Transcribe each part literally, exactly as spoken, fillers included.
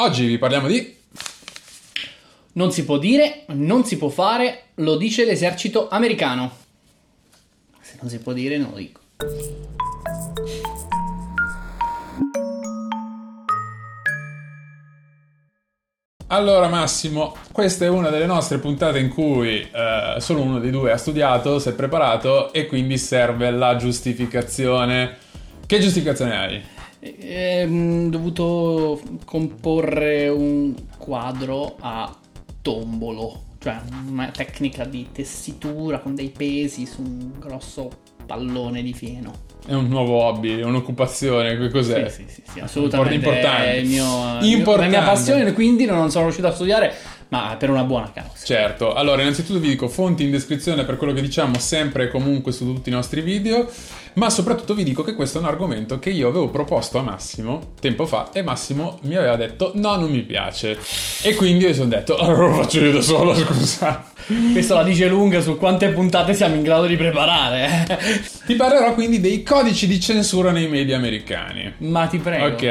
Oggi vi parliamo di... Non si può dire, non si può fare, lo dice l'esercito americano. Se non si può dire, non lo dico. Allora Massimo, questa è una delle nostre puntate in cui eh, solo uno dei due ha studiato, si è preparato e quindi serve la giustificazione. Che giustificazione hai? Ho dovuto comporre un quadro a tombolo, cioè una tecnica di tessitura con dei pesi su un grosso pallone di fieno. È un nuovo hobby, è un'occupazione, che cos'è? Sì, sì, sì, sì, assolutamente. Importante. È il mio, Importante. la mia passione, quindi non sono riuscito a studiare, ma per una buona causa. Certo, allora innanzitutto vi dico fonti in descrizione per quello che diciamo sempre e comunque su tutti i nostri video, ma soprattutto vi dico che questo è un argomento che io avevo proposto a Massimo tempo fa e Massimo mi aveva detto no, non mi piace, e quindi io mi sono detto allora lo faccio io da solo, scusa. Questo la dice lunga su quante puntate siamo in grado di preparare. Ti parlerò quindi dei codici di censura nei media americani. Ma ti prego. Ok,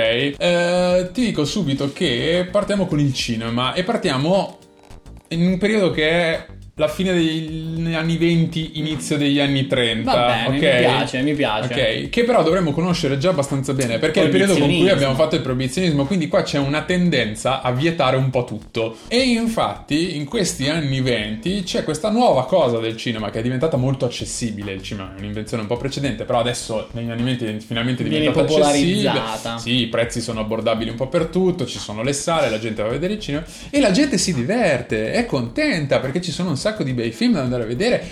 eh, ti dico subito che partiamo con il cinema e partiamo in un periodo che è la fine degli anni venti, inizio degli anni trenta. Va bene, okay? mi piace, mi piace. Ok, che però dovremmo conoscere già abbastanza bene perché è il periodo con cui abbiamo fatto il proibizionismo, quindi qua c'è una tendenza a vietare un po' tutto. E infatti in questi anni venti c'è questa nuova cosa del cinema che è diventata molto accessibile. Il cinema è un'invenzione un po' precedente, però adesso negli anni venti finalmente è diventata accessibile. Sì, i prezzi sono abbordabili un po' per tutto, ci sono le sale, la gente va a vedere il cinema e la gente si diverte, è contenta perché ci sono un sacco di bei film da andare a vedere,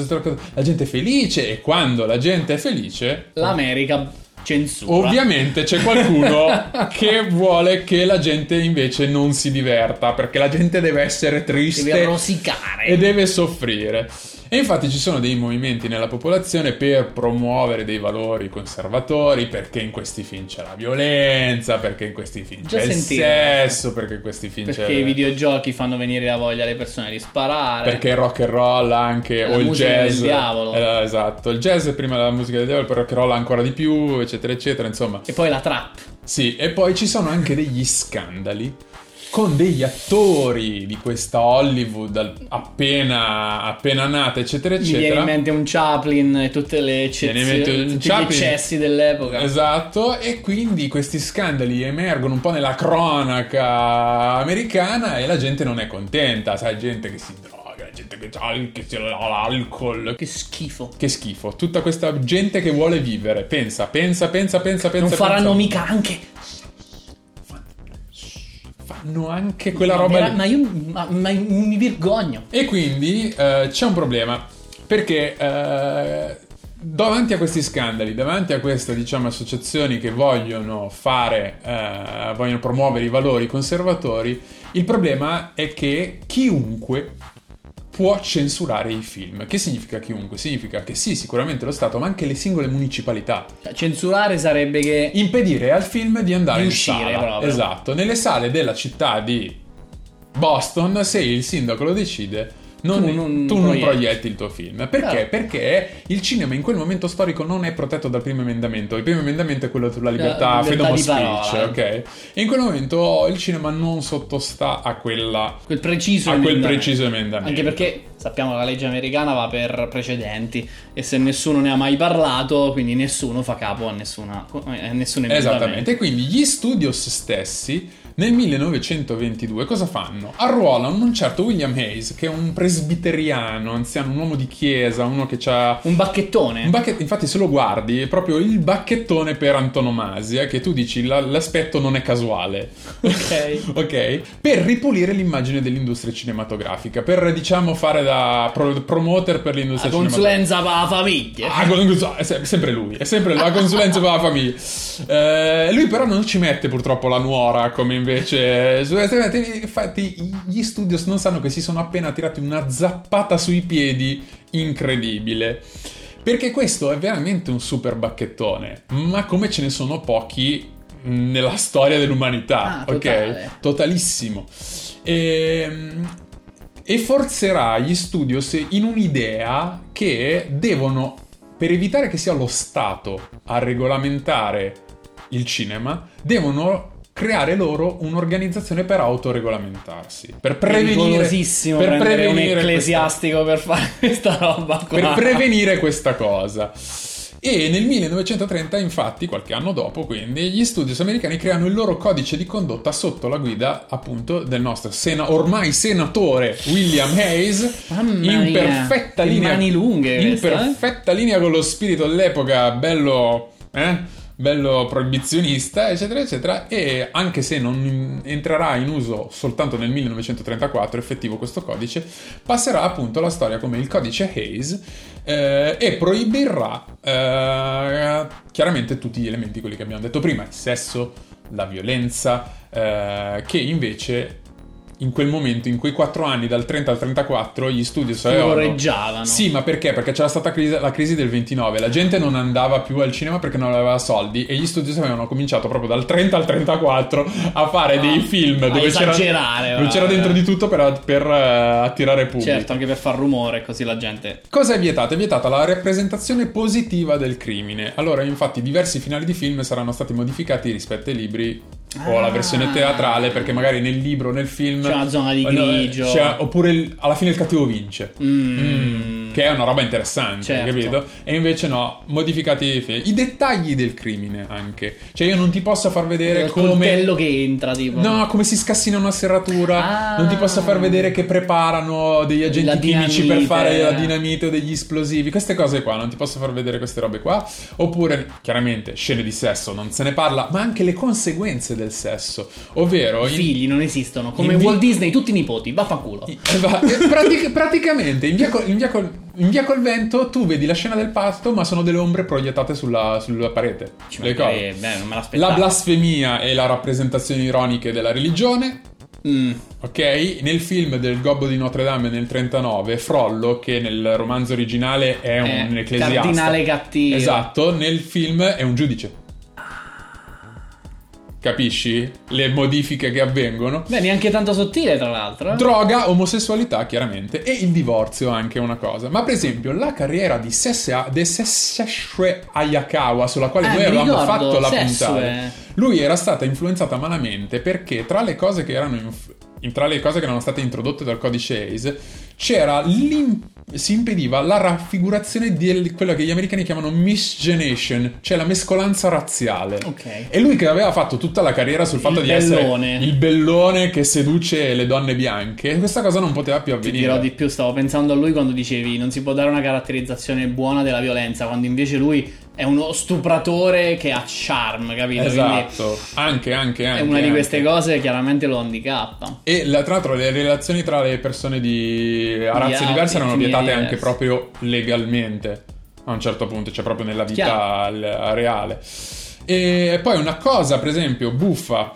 la gente è felice e quando la gente è felice l'America censura. Ovviamente c'è qualcuno che vuole che la gente invece non si diverta perché la gente deve essere triste, deve rosicare e deve soffrire. E infatti ci sono dei movimenti nella popolazione per promuovere dei valori conservatori, perché in questi film c'è la violenza, perché in questi film Già c'è il sentito. sesso, perché in questi film perché c'è... i videogiochi fanno venire la voglia alle persone di sparare, perché il rock and roll anche, la o il musica jazz del diavolo. eh, esatto, il jazz è prima la musica del diavolo, però il rock and roll ancora di più, eccetera eccetera, insomma. E poi la trap. Sì, e poi ci sono anche degli scandali con degli attori di questa Hollywood appena, appena nata, eccetera, eccetera. Mi viene in mente un Chaplin e tutte le eccezioni, tutti gli eccessi dell'epoca. Esatto, e quindi questi scandali emergono un po' nella cronaca americana e la gente non è contenta, sai, gente che si droga, gente che ha l'alcol. Che schifo. Che schifo. Tutta questa gente che vuole vivere. Pensa, pensa, pensa, pensa, pensa. Non faranno pensa. mica anche... Fanno anche quella ma roba vera- lì. Ma io ma, ma mi vergogno. E quindi eh, c'è un problema. Perché eh, davanti a questi scandali, davanti a queste, diciamo, associazioni che vogliono fare, eh, vogliono promuovere i valori conservatori, il problema è che chiunque può censurare i film. Che significa chiunque? Significa che sì, sicuramente lo Stato, ma anche le singole municipalità. Censurare sarebbe che... impedire al film di andare di in uscire, sala. proprio. Esatto. Nelle sale della città di Boston, se il sindaco lo decide, non, Tu non tu non proietti. proietti il tuo film. Perché? No. Perché il cinema in quel momento storico non è protetto dal primo emendamento. Il primo emendamento è quello sulla libertà, La freedom libertà of di speech, parola. ok? E in quel momento il cinema non sottostà a quella Quel preciso a quel emendamento. preciso emendamento. Anche perché sappiamo che la legge americana va per precedenti e se nessuno ne ha mai parlato, quindi nessuno fa capo a, nessuna, a nessun emendamento. Esattamente, e quindi gli studios stessi nel millenovecentoventidue cosa fanno? Arruolano un certo William Hayes, che è un presbiteriano, anziano, un uomo di chiesa, uno che ha Un bacchettone. un bacchet- infatti se lo guardi è proprio il bacchettone per antonomasia, che tu dici la- l'aspetto non è casuale. Ok. Ok? Per ripulire l'immagine dell'industria cinematografica, per, diciamo, fare da pro- promoter per l'industria La consulenza per la famiglia. Ah, con- è se- sempre lui, è sempre la consulenza per la famiglia. Eh, lui però non ci mette purtroppo la nuora come invece. Infatti, gli studios non sanno che si sono appena tirati una zappata sui piedi incredibile. Perché questo è veramente un super bacchettone, ma come ce ne sono pochi nella storia dell'umanità, Ah, ok? totale. Totalissimo. E, e forzerà gli studios in un'idea che devono, per evitare che sia lo Stato a regolamentare il cinema, devono creare loro un'organizzazione per autoregolamentarsi, per prevenire, pericolosissimo per prendere un prevenire ecclesiastico questa, per fare questa roba qua. per prevenire questa cosa. E nel millenovecentotrenta, infatti, qualche anno dopo, quindi, gli studios americani creano il loro codice di condotta sotto la guida, appunto, del nostro sena- ormai senatore William Hayes, Mamma in mia, perfetta che linea, mani lunghe in questa, eh? perfetta linea con lo spirito dell'epoca, bello, eh? bello proibizionista, eccetera, eccetera, e anche se non entrerà in uso soltanto nel millenovecentotrentaquattro, effettivo questo codice, passerà appunto alla storia come il codice Hayes, eh, e proibirà eh, chiaramente tutti gli elementi, quelli che abbiamo detto prima, il sesso, la violenza, eh, che invece in quel momento, in quei quattro anni, dal trenta al trentaquattro, gli studios avevano... floreggiavano. Sì, ma perché? Perché c'era stata crisi, la crisi del ventinove, la gente non andava più al cinema perché non aveva soldi, e gli studios avevano cominciato proprio dal trenta al trentaquattro a fare Ah, dei film a dove c'era, esagerare, dove c'era guarda. dentro di tutto per, per uh, attirare pubblico. Certo, anche per far rumore, così la gente... Cosa è vietata? È vietata la rappresentazione positiva del crimine. Allora, infatti, diversi finali di film saranno stati modificati rispetto ai libri o alla Ah. versione teatrale, perché magari nel libro o nel film C'è una zona di o no, grigio. c'è- oppure il- alla fine il cattivo vince. Mm. Mm, che è una roba interessante, Certo. capito? E invece no, modificati i film. I dettagli del crimine anche. Cioè io non ti posso far vedere Il come... coltello che entra, tipo. No, come si scassina una serratura. Ah. Non ti posso far vedere che preparano degli agenti La chimici dinamite. per fare la dinamite o degli esplosivi. Queste cose qua, non ti posso far vedere queste robe qua. Oppure, chiaramente, scene di sesso, non se ne parla, ma anche le conseguenze del sesso. Ovvero... I in- figli non esistono, come in vi- Walt Disney, tutti i nipoti, vaffanculo. eh, va- eh, pratic- praticamente in via, col, in, via col, in via col vento tu vedi la scena del parto, ma sono delle ombre proiettate sulla, sulla parete. Ci Le mancherebbe, cose. beh, non me l'aspettavo. La blasfemia e la rappresentazione ironiche della religione. Mm. Ok, nel film del Gobbo di Notre Dame nel trentanove, Frollo, che nel romanzo originale è un Eh, ecclesiasta, cardinale cattivo. esatto, nel film è un giudice. Capisci le modifiche che avvengono? Beh, neanche tanto sottile, tra l'altro. eh. Droga, omosessualità, chiaramente, e il divorzio anche è una cosa. Ma per esempio la carriera di Sesse di Sessue Hayakawa, sulla quale Eh, noi mi avevamo ricordo, fatto la Sessue. puntata, lui era stata influenzata malamente perché tra le cose che erano inf- in- tra le cose che erano state introdotte dal codice Hayes c'era l'im- si impediva la raffigurazione di quello che gli americani chiamano miscegenation, cioè la mescolanza razziale. Ok. E lui che aveva fatto tutta la carriera sul fatto Il di bellone. essere il bellone che seduce le donne bianche, questa cosa non poteva più Ti avvenire. dirò di più, stavo pensando a lui quando dicevi non si può dare una caratterizzazione buona della violenza, quando invece lui è uno stupratore che ha charm, capito? Esatto, anche, anche, Quindi anche. è una di anche. queste cose chiaramente lo handicappa. E la- tra l'altro le relazioni tra le persone di razze Di diverse erano etnie vietate diverse. anche proprio legalmente a un certo punto, cioè proprio nella vita Chiaro. al- reale. E poi una cosa, per esempio, buffa,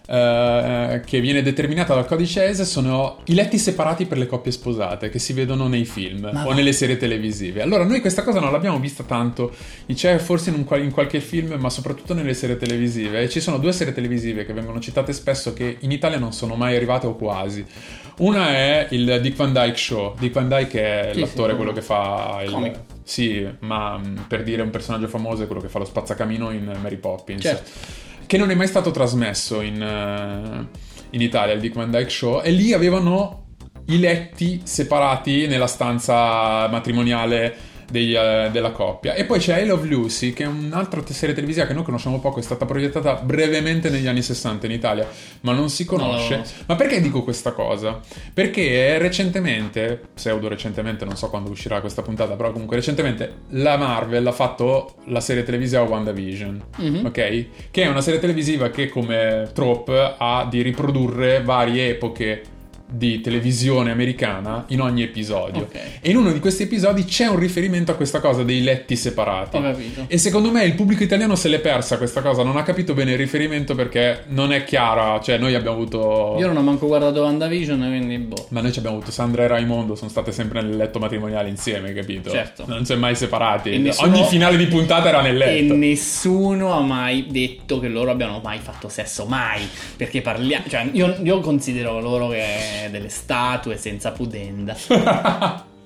eh, che viene determinata dal codice Hayes sono i letti separati per le coppie sposate che si vedono nei film Ma o va. nelle serie televisive. Allora noi questa cosa non l'abbiamo vista tanto, c'è forse in, un qual- in qualche film, ma soprattutto nelle serie televisive. E ci sono due serie televisive che vengono citate spesso che in Italia non sono mai arrivate o quasi. Una è il Dick Van Dyke Show. Dick Van Dyke è Sì, l'attore, sì, quello che fa il... Comico. Sì, ma mh, per dire un personaggio famoso è quello che fa lo spazzacamino in Mary Poppins. Certo. Che non è mai stato trasmesso in, eh, in Italia, il Dick Van Dyke Show. E lì avevano i letti separati nella stanza matrimoniale dei, eh, della coppia. E poi c'è I Love Lucy, che è un'altra te- serie televisiva che noi conosciamo poco, è stata proiettata brevemente negli anni sessanta in Italia, ma non si conosce. No. Ma perché dico questa cosa? Perché recentemente, pseudo recentemente, non so quando uscirà questa puntata, però comunque recentemente la Marvel ha fatto la serie televisiva WandaVision, Mhm. ok? Che è una serie televisiva che come trope ha di riprodurre varie epoche di televisione americana in ogni episodio. Ok. E in uno di questi episodi c'è un riferimento a questa cosa dei letti separati. Ho capito. E secondo me il pubblico italiano se l'è persa questa cosa, non ha capito bene il riferimento perché non è chiara, cioè noi abbiamo avuto... Io non ho manco guardato WandaVision, quindi boh. Ma noi ci abbiamo avuto Sandra e Raimondo, sono state sempre nel letto matrimoniale insieme, capito? Certo. Non si è mai separati. E nessuno- Ogni finale di puntata era nel E letto. nessuno ha mai detto che loro abbiano mai fatto sesso, mai. Perché parliamo, cioè io, io considero loro che delle statue senza pudenda.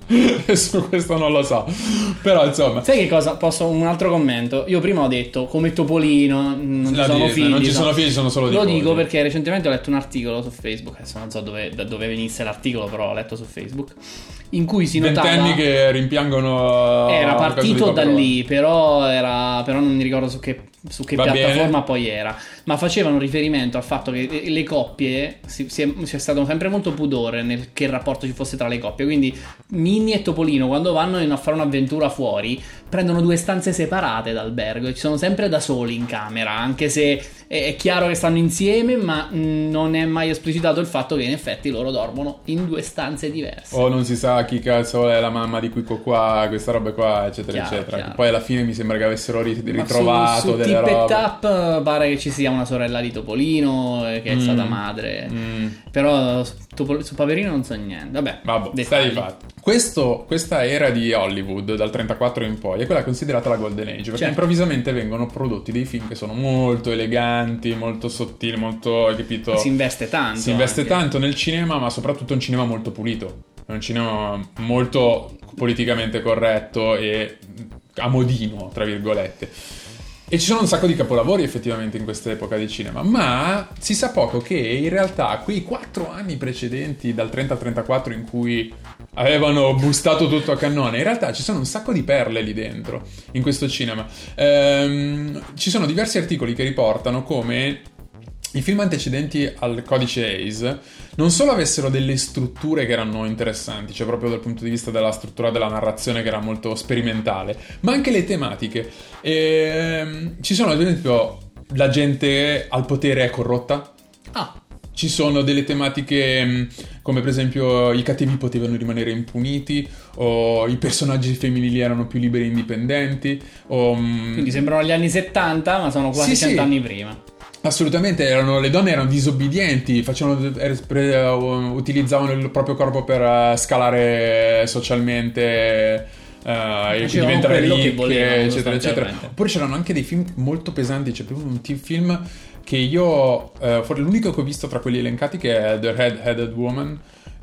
E su questo non lo so. Però insomma. Sai che cosa? Posso un altro commento? Io prima ho detto come Topolino non ci La sono Disney, figli. non ci no. sono figli, sono solo Lo nipoti. dico perché recentemente ho letto un articolo su Facebook, adesso non so dove, da dove venisse l'articolo, però l'ho letto su Facebook, in cui si notava Ventenni che rimpiangono. era il caso di partito da Paperone. lì, però era però non mi ricordo su che su che Va piattaforma bene. poi era, ma facevano riferimento al fatto che le coppie si, si è, c'è stato sempre molto pudore nel che rapporto ci fosse tra le coppie, quindi Minnie e Topolino quando vanno a fare un'avventura fuori prendono due stanze separate d'albergo e ci sono sempre da soli in camera, anche se è, è chiaro che stanno insieme, ma mh, non è mai esplicitato il fatto che in effetti loro dormono in due stanze diverse. O non si sa chi cazzo è la mamma di Quico qua, questa roba qua, eccetera, Chiaro, eccetera. chiaro. Poi alla fine mi sembra che avessero ri- Ma ritrovato su, su delle Tip e robe. Tap pare che ci sia una sorella di Topolino eh, che è Mm. stata madre, Mm. però su, Topol- su Paperino non so niente. Vabbè, Vabbè, sta dettagli. di fatto. Questo, questa era di Hollywood dal trentaquattro in poi è quella considerata la Golden Age, perché Certo. improvvisamente vengono prodotti dei film che sono molto eleganti, molto sottili, molto, hai capito? Si investe tanto. Si investe anche. tanto nel cinema, ma soprattutto un cinema molto pulito. È un cinema molto politicamente corretto e a modino, tra virgolette. E ci sono un sacco di capolavori effettivamente in questa epoca di cinema, ma si sa poco che in realtà quei quattro anni precedenti, dal trenta al trentaquattro, in cui avevano bustato tutto a cannone, in realtà ci sono un sacco di perle lì dentro, in questo cinema. Ehm, ci sono diversi articoli che riportano come i film antecedenti al codice Hays non solo avessero delle strutture che erano interessanti, cioè proprio dal punto di vista della struttura della narrazione che era molto sperimentale, ma anche le tematiche. E, ci sono ad esempio la gente al potere è corrotta. Ah, Ci sono delle tematiche mh, come per esempio i cattivi potevano rimanere impuniti, o i personaggi femminili erano più liberi e indipendenti, o, mh, quindi sembrano gli anni settanta, ma sono quasi Sì, sì. cent'anni prima. assolutamente, erano, le donne erano disobbedienti, facevano, er- pre- uh, utilizzavano il proprio corpo per uh, scalare socialmente uh, e Facevano diventare quello che ricche, volevano, eccetera, eccetera. sostanzialmente. Oppure c'erano anche dei film molto pesanti, c'è proprio un t- film che io, uh, for- l'unico che ho visto tra quelli elencati, che è The Red-Headed Woman,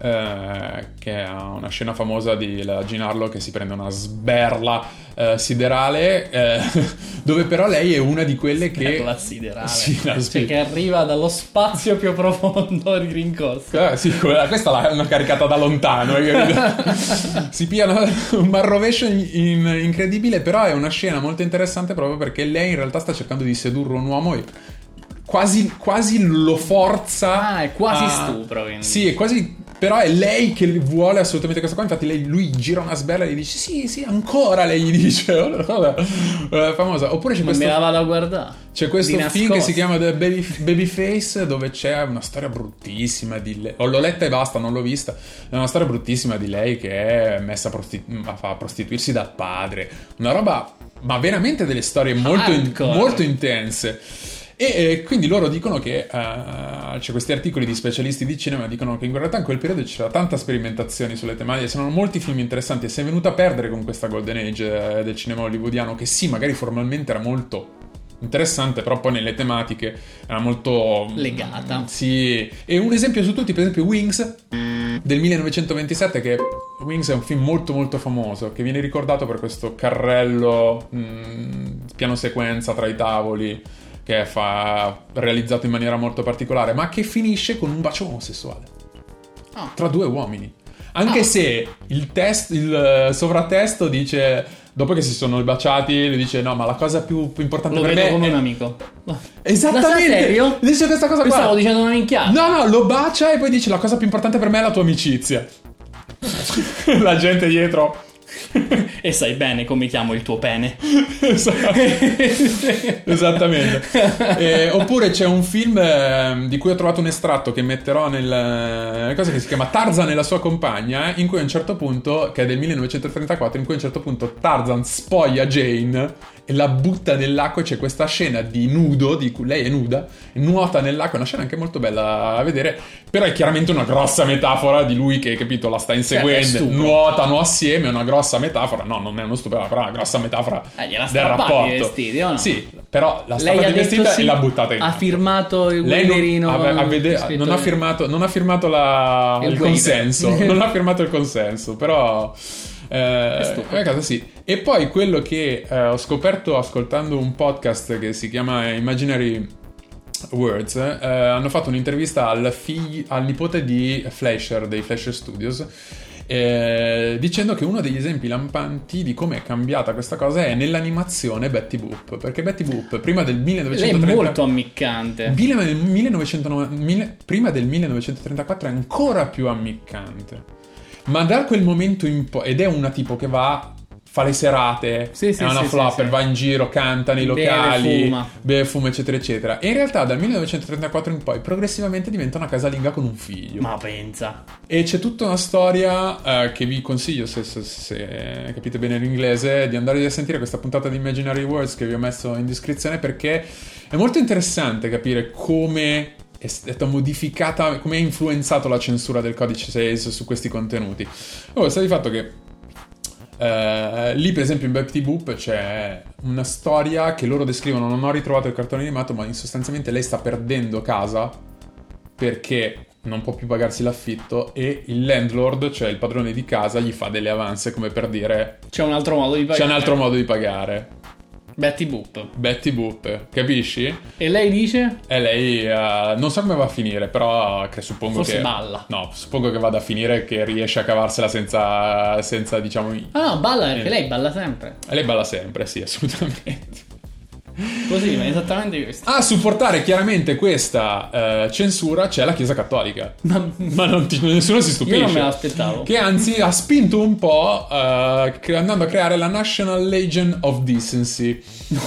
eh, che ha una scena famosa di la Jean Harlow che si prende una sberla eh, siderale, eh, dove però lei è una di quelle che La siderale. Sì, la Cioè spi- che arriva dallo spazio più profondo di rincorsa. Eh, sì, quella- questa l'hanno caricata da lontano, hai capito? Si piano un marrovescio in- in- incredibile, però è una scena molto interessante proprio perché lei in realtà sta cercando di sedurre un uomo e quasi, quasi lo forza. Ah, è quasi a- stupro, quindi. Sì, è quasi. Però è lei che vuole assolutamente questa qua. Infatti, lei, lui gira una sberla e gli dice: Sì, sì, ancora. Lei gli dice: Vabbè, eh, famosa. Oppure c'è Non questo. me la vado a guardare. C'è questo Di film che nascosto. si chiama The Baby, Babyface, dove c'è una storia bruttissima di lei. L'ho letta e basta, non l'ho vista. È una storia bruttissima di lei che è messa a, prosti- a prostituirsi dal padre. Una roba, ma veramente delle storie molto, in- Hardcore. molto intense. E eh, quindi loro dicono che uh, c'è questi articoli di specialisti di cinema dicono che in realtà in quel periodo c'era tanta sperimentazione sulle tematiche, c'erano molti film interessanti e si è venuta a perdere con questa Golden Age eh, del cinema hollywoodiano, che sì, magari formalmente era molto interessante, però poi nelle tematiche era molto Legata. Sì. E un esempio su tutti, per esempio Wings del millenovecentoventisette, che Wings è un film molto molto famoso che viene ricordato per questo carrello mh, piano sequenza tra i tavoli che fa realizzato in maniera molto particolare, ma che finisce con un bacio omosessuale Ah. tra due uomini. Anche Ah. se il test, il sovratesto dice, dopo che si sono baciati, lui dice: No, ma la cosa più, più importante Lo per vedo me come è... un amico. Esattamente! Ma serio? Dice questa cosa Io qua. stavo dicendo una minchiata. No, no, lo bacia e poi dice: La cosa più importante per me è la tua amicizia. La gente dietro. E sai bene come chiamo il tuo pene. Esattamente. Eh, oppure c'è un film eh, di cui ho trovato un estratto che metterò nel cosa che si chiama Tarzan e la sua compagna, in cui a un certo punto, che è del millenovecentotrentaquattro, in cui a un certo punto Tarzan spoglia Jane e la butta nell'acqua e c'è questa scena di nudo, di cui lei è nuda, nuota nell'acqua, è una scena anche molto bella a vedere, però è chiaramente una grossa metafora di lui che, capito, la sta inseguendo, Certo, è stupro. nuotano assieme, è una grossa metafora, no, non è uno stupro, però è una grossa metafora Eh, gliela del strappati rapporto. i vestiti, o no? Sì, Però la Lei stava ha di detto vestita sì, e l'ha buttata in ha acqua. firmato il Lei guiderino, non, ave- avvede- scritto- non ha firmato, non ha firmato la- Il il, waiver. consenso, non ha firmato il consenso, però eh, stupido. è cosa sì. E poi quello che eh, ho scoperto ascoltando un podcast che si chiama Imaginary Words, eh, hanno fatto un'intervista al, fig- al nipote di Fleischer, dei Fleischer Studios, eh, dicendo che uno degli esempi lampanti di come è cambiata questa cosa è nell'animazione Betty Boop, perché Betty Boop prima del Lei è millenovecentotrenta molto ammiccante. prima del millenovecentonove mille- prima del millenovecentotrentaquattro è ancora più ammiccante, ma da quel momento in poi, ed è una tipo che va, fa le serate, Sì, sì, è una sì, flopper, sì, sì. va in giro, canta nei Beve, locali, fuma. beve, fuma, eccetera, eccetera. E in realtà dal millenovecentotrentaquattro in poi progressivamente diventa una casalinga con un figlio. Ma pensa. E c'è tutta una storia eh, che vi consiglio, se, se- se capite bene l'inglese, di andare a sentire questa puntata di Imaginary Words che vi ho messo in descrizione, perché è molto interessante capire come è stata modificata, come ha influenzato la censura del codice Sayles su questi contenuti. Oh, sta di fatto che eh, lì per esempio in Betty Boop c'è una storia che loro descrivono, non ho ritrovato il cartone animato, ma in sostanzialmente lei sta perdendo casa perché non può più pagarsi l'affitto e il landlord, cioè il padrone di casa, gli fa delle avance come per dire C'è un altro modo di pagare. c'è un altro modo di pagare. Betty Boop. Betty Boop, capisci? E lei dice? E lei eh, non so come va a finire, però che suppongo Forse che balla. No, suppongo che vada a finire che riesce a cavarsela senza senza diciamo Ah no, balla perché Eh. lei balla sempre. e lei balla sempre, sì, assolutamente. Così, ma è esattamente questo. A supportare chiaramente questa eh, censura c'è la Chiesa Cattolica. Ma Ma non ti- nessuno si stupisce. io non me l'aspettavo. Che anzi ha spinto un po' eh, cre- andando a creare la National Legion of Decency.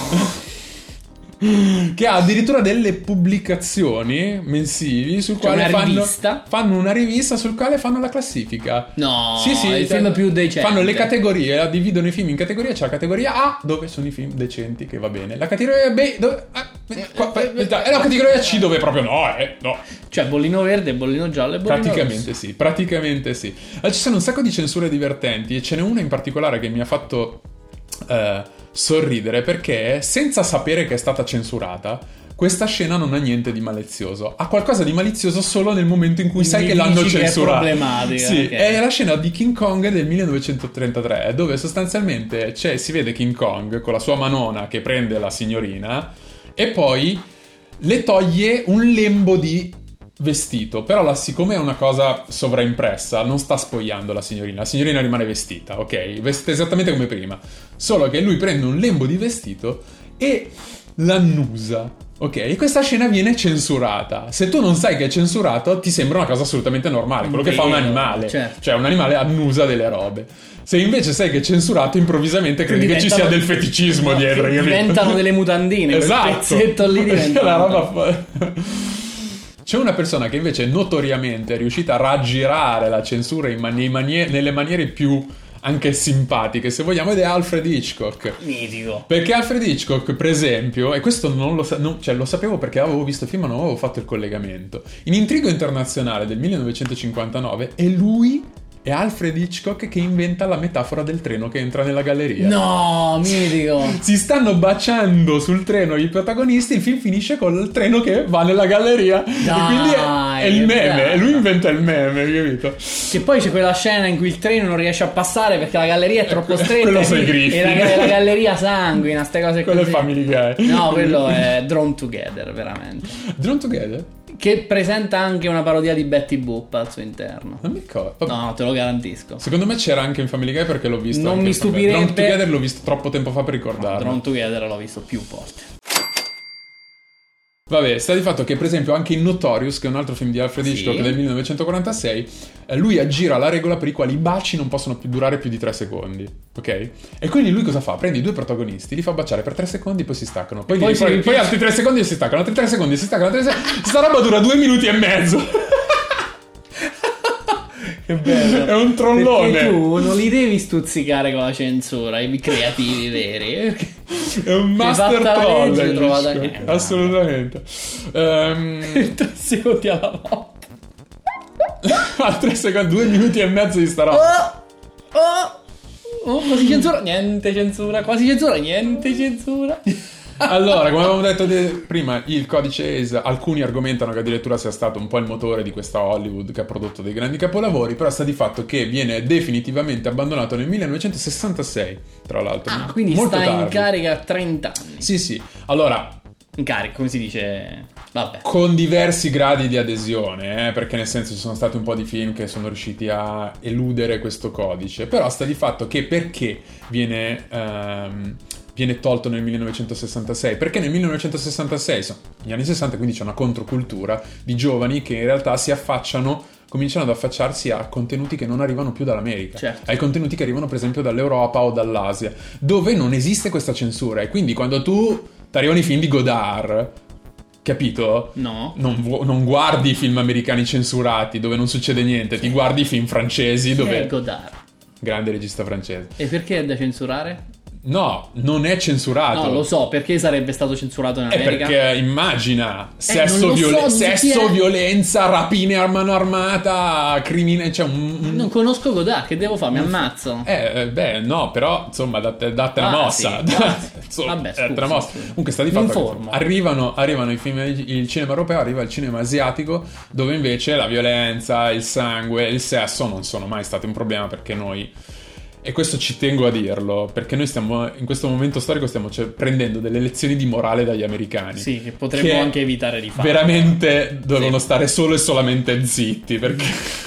Che ha addirittura delle pubblicazioni mensili sul C'è quale una fanno, rivista? fanno una rivista sul quale fanno la classifica. No, Sì, sì, il cioè, film più decente. fanno le categorie, la dividono i film in categoria. C'è la categoria A dove sono i film decenti, che va bene. La categoria B dove ah, qua- qua- e la categoria C dove proprio no, eh, no. Cioè bollino verde, bollino giallo e bollino Praticamente rosso. sì, praticamente sì. Allora, ci sono un sacco di censure divertenti e ce n'è una in particolare che mi ha fatto eh, sorridere perché senza sapere che è stata censurata, questa scena non ha niente di malizioso. Ha qualcosa di malizioso solo nel momento in cui sai Mi che l'hanno dici che è censurata. problematica, Sì, ok. è la scena di King Kong del millenovecentotrentatré, dove sostanzialmente c'è, si vede King Kong con la sua manona che prende la signorina e poi le toglie un lembo di vestito, però la, siccome è una cosa sovraimpressa non sta spogliando la signorina, la signorina rimane vestita, ok? Vestita esattamente come prima, solo che lui prende un lembo di vestito e l'annusa, ok? E questa scena viene censurata. Se tu non sai che è censurato ti sembra una cosa assolutamente normale, quello che fa un Vero, animale, certo. cioè un animale annusa delle robe. Se invece sai che è censurato, improvvisamente credi che ci sia Diventano- del feticismo No, dietro, capito? diventano delle mutandine, quel Esatto. pezzetto lì diventa la roba fa- C'è una persona che invece notoriamente è riuscita a raggirare la censura in mani- manie- nelle maniere più anche simpatiche, se vogliamo, ed è Alfred Hitchcock. mitico. Perché Alfred Hitchcock, per esempio, e questo non lo, sa- non- cioè, lo sapevo perché avevo visto il film ma non avevo fatto il collegamento, in Intrigo Internazionale del millenovecentocinquantanove è lui, è Alfred Hitchcock che inventa la metafora del treno che entra nella galleria. No, mitico. Si stanno baciando sul treno i protagonisti, il film finisce col treno che va nella galleria. Dai, e quindi è, è il che meme, bello. e lui inventa il meme, capito? Che poi c'è quella scena in cui il treno non riesce a passare perché la galleria è troppo stretta. quello e sono i quindi- griffi. E la, la galleria sanguina, ste cose Quello è così. Family Guy. No, quello è Drawn Together, veramente. Drawn Together? Che presenta anche una parodia di Betty Boop al suo interno. Non mi ricordo. Vabbè. No, te lo garantisco. Secondo me c'era anche in Family Guy perché l'ho visto. Non anche mi in Family- stupirebbe- Drawn Together l'ho visto troppo tempo fa per ricordarlo. Drawn Together l'ho visto più volte. Vabbè, sta di fatto che per esempio anche in Notorious, che è un altro film di Alfred Sì. Hitchcock del millenovecentoquarantasei, eh, lui aggira la regola per i quali i baci non possono più durare più di tre secondi, ok? E quindi lui cosa fa? Prende i due protagonisti, li fa baciare per tre secondi, poi si staccano. Poi, Poi gli- si poi, ripiega. poi altri tre secondi e si staccano, altri tre secondi e si staccano, altri tre secondi. Sta roba dura due minuti e mezzo. Che bello. È un trollone. Perché tu non li devi stuzzicare con la censura, i creativi veri. È un Hai master fatto la troll, legge, trovata- Hitchcock, eh, assolutamente. Ehm, Tre secondi alla volta. a tre secondi, due minuti e mezzo di sta roba. Oh, oh, oh, quasi censura, niente censura, quasi censura, niente censura. Allora, come avevamo detto de- prima, il codice A C E, alcuni argomentano che addirittura sia stato un po' il motore di questa Hollywood che ha prodotto dei grandi capolavori, però sta di fatto che viene definitivamente abbandonato nel millenovecentosessantasei, tra l'altro. Ah, quindi molto sta tardi. in carica a trenta anni. Sì, sì. Allora, In carica, come si dice? Vabbè. con diversi gradi di adesione, eh, perché nel senso ci sono stati un po' di film che sono riusciti a eludere questo codice, però sta di fatto che perché viene, ehm, viene tolto nel millenovecentosessantasei? Perché nel millenovecentosessantasei, sono gli anni sessanta, quindi c'è una controcultura di giovani che in realtà si affacciano, cominciano ad affacciarsi a contenuti che non arrivano più dall'America, Certo. ai contenuti che arrivano per esempio dall'Europa o dall'Asia, dove non esiste questa censura, e quindi quando tu ti arrivano i film di Godard, capito? No. Non, vu- non guardi i film americani censurati dove non succede niente, ti guardi i film francesi Chi è dove... Godard? Grande regista francese. E perché è da censurare? No, non è censurato. No, lo so, perché sarebbe stato censurato in È America? perché immagina sesso, non lo viole- so, non so chi sesso è. violenza, rapine a mano armata, crimine, cioè un... un- Non conosco Godard, che devo fare? Mi ammazzo. Eh, eh, beh, no, però, insomma, date, date una Ah, mossa. sì, ah, sì. Insomma, Vabbè, date scusa, una mossa. scusa. Comunque sta di Mi fatto che informo. arrivano, arrivano i film, il cinema europeo, arriva il cinema asiatico, dove invece la violenza, il sangue, il sesso non sono mai stati un problema, perché noi... E questo ci tengo a dirlo, perché noi stiamo, in questo momento storico, stiamo cioè, prendendo delle lezioni di morale dagli americani. Sì, che potremmo che anche evitare di fare. Veramente devono Sì. stare solo e solamente zitti, perché,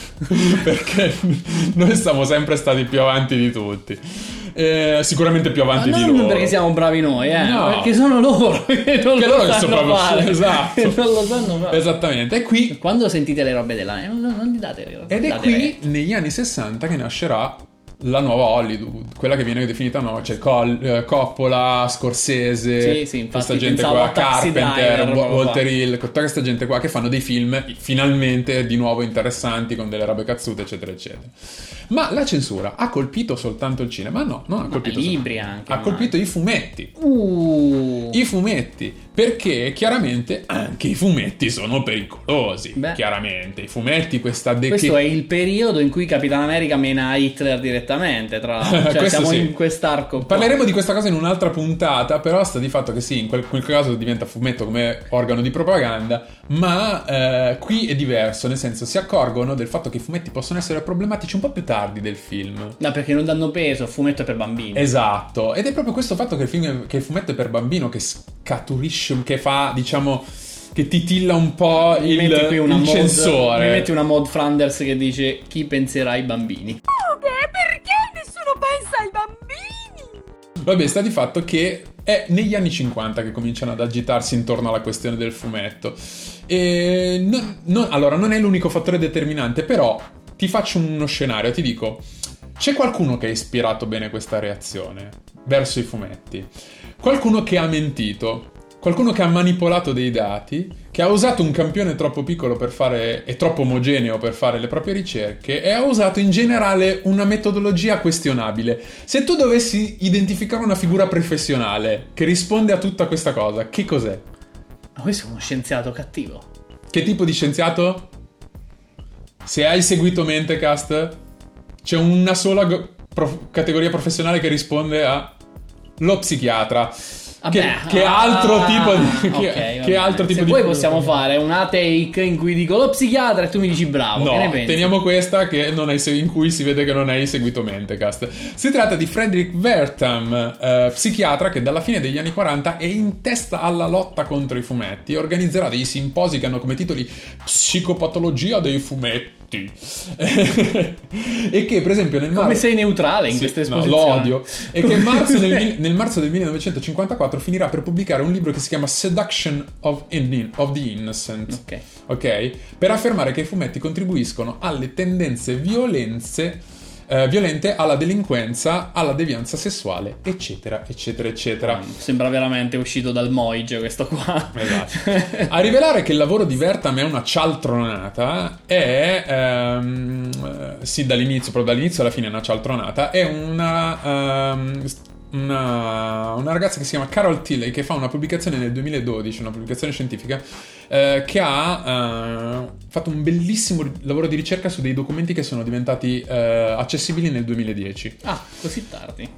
perché noi siamo sempre stati più avanti di tutti. Eh, sicuramente più avanti Ma di non loro. perché siamo bravi noi, eh, No. perché sono loro che non Che lo loro che sanno sono proprio- fare. esatto. Che non lo sanno fare. Esattamente. E qui, Quando sentite le robe della non, non, non gli date non ed è date qui rete. negli anni sessanta che nascerà la nuova Hollywood, quella che viene definita no, cioè Col- eh, Coppola, Scorsese, Sì, sì, infatti questa gente pensavo qua, a Taxi Carpenter, Driver, Wa- proprio Walter qua. Hill, tutta questa gente qua che fanno dei film finalmente di nuovo interessanti con delle robe cazzute, eccetera, eccetera. Ma la censura ha colpito soltanto il cinema? No, non ha colpito i sol- libri anche, ha ma- colpito i fumetti. Uh, I fumetti, perché chiaramente anche i fumetti sono pericolosi. Beh. Chiaramente, i fumetti, questa de- questo che- è il periodo in cui Capitan America mena Hitler direttamente, tra l'altro. Cioè, Questo siamo sì. in quest'arco qua. Parleremo di questa cosa in un'altra puntata, però sta di fatto che sì, in quel, quel caso diventa fumetto come organo di propaganda, ma eh, qui è diverso, nel senso si accorgono del fatto che i fumetti possono essere problematici un po' più tardi del film. No, perché non danno peso, il fumetto è per bambini. Esatto, ed è proprio questo fatto che il, film, che il fumetto è per bambino che scaturisce, che fa, diciamo, che titilla un po' Mi il, metti qui una il mod, censore. mi metti una mod Flanders che dice chi penserà ai bambini. Beh, perché nessuno pensa ai bambini? Vabbè, sta di fatto che è negli anni cinquanta che cominciano ad agitarsi intorno alla questione del fumetto. E non- non- allora, non è l'unico fattore determinante, però ti faccio uno scenario, ti dico, c'è qualcuno che ha ispirato bene questa reazione verso i fumetti, qualcuno che ha mentito, qualcuno che ha manipolato dei dati, che ha usato un campione troppo piccolo per fare e troppo omogeneo per fare le proprie ricerche e ha usato in generale una metodologia questionabile. Se tu dovessi identificare una figura professionale che risponde a tutta questa cosa, che cos'è? Ma questo è uno scienziato cattivo. Che tipo di scienziato? Se hai seguito Mentecast, c'è una sola go- prof- categoria professionale che risponde a lo psichiatra. Che, Vabbè, che altro ah, tipo di che, ok, che vabbè. altro tipo Se di poi possiamo fare una take in cui dico lo psichiatra e tu mi dici bravo, che ne No, pensi? teniamo questa che non hai se- in cui si vede che non hai seguito Mentecast. Si tratta di Frederick Wertham, eh, psichiatra che dalla fine degli anni quaranta è in testa alla lotta contro i fumetti e organizzerà dei simposi che hanno come titoli Psicopatologia dei fumetti. E che per esempio nel Come mar- sei neutrale in Sì, questa no, esposizione? lo odio. E che in marzo del, mil- nel marzo del millenovecentocinquantaquattro finirà per pubblicare un libro che si chiama Seduction of, In- of the Innocent. Ok. Ok? Per affermare che i fumetti contribuiscono alle tendenze violenze, eh, violente, alla delinquenza, alla devianza sessuale, eccetera, eccetera, eccetera. Sembra veramente uscito dal Moige questo qua. Esatto. A rivelare che il lavoro di Wertham è una cialtronata è, ehm, eh, sì, dall'inizio, proprio dall'inizio alla fine è una cialtronata, è una, ehm, una, una ragazza che si chiama Carol Tilley, che fa una pubblicazione nel duemiladodici, una pubblicazione scientifica, eh, che ha eh, fatto un bellissimo lavoro di ricerca su dei documenti che sono diventati eh, accessibili nel duemiladieci. Ah, così tardi.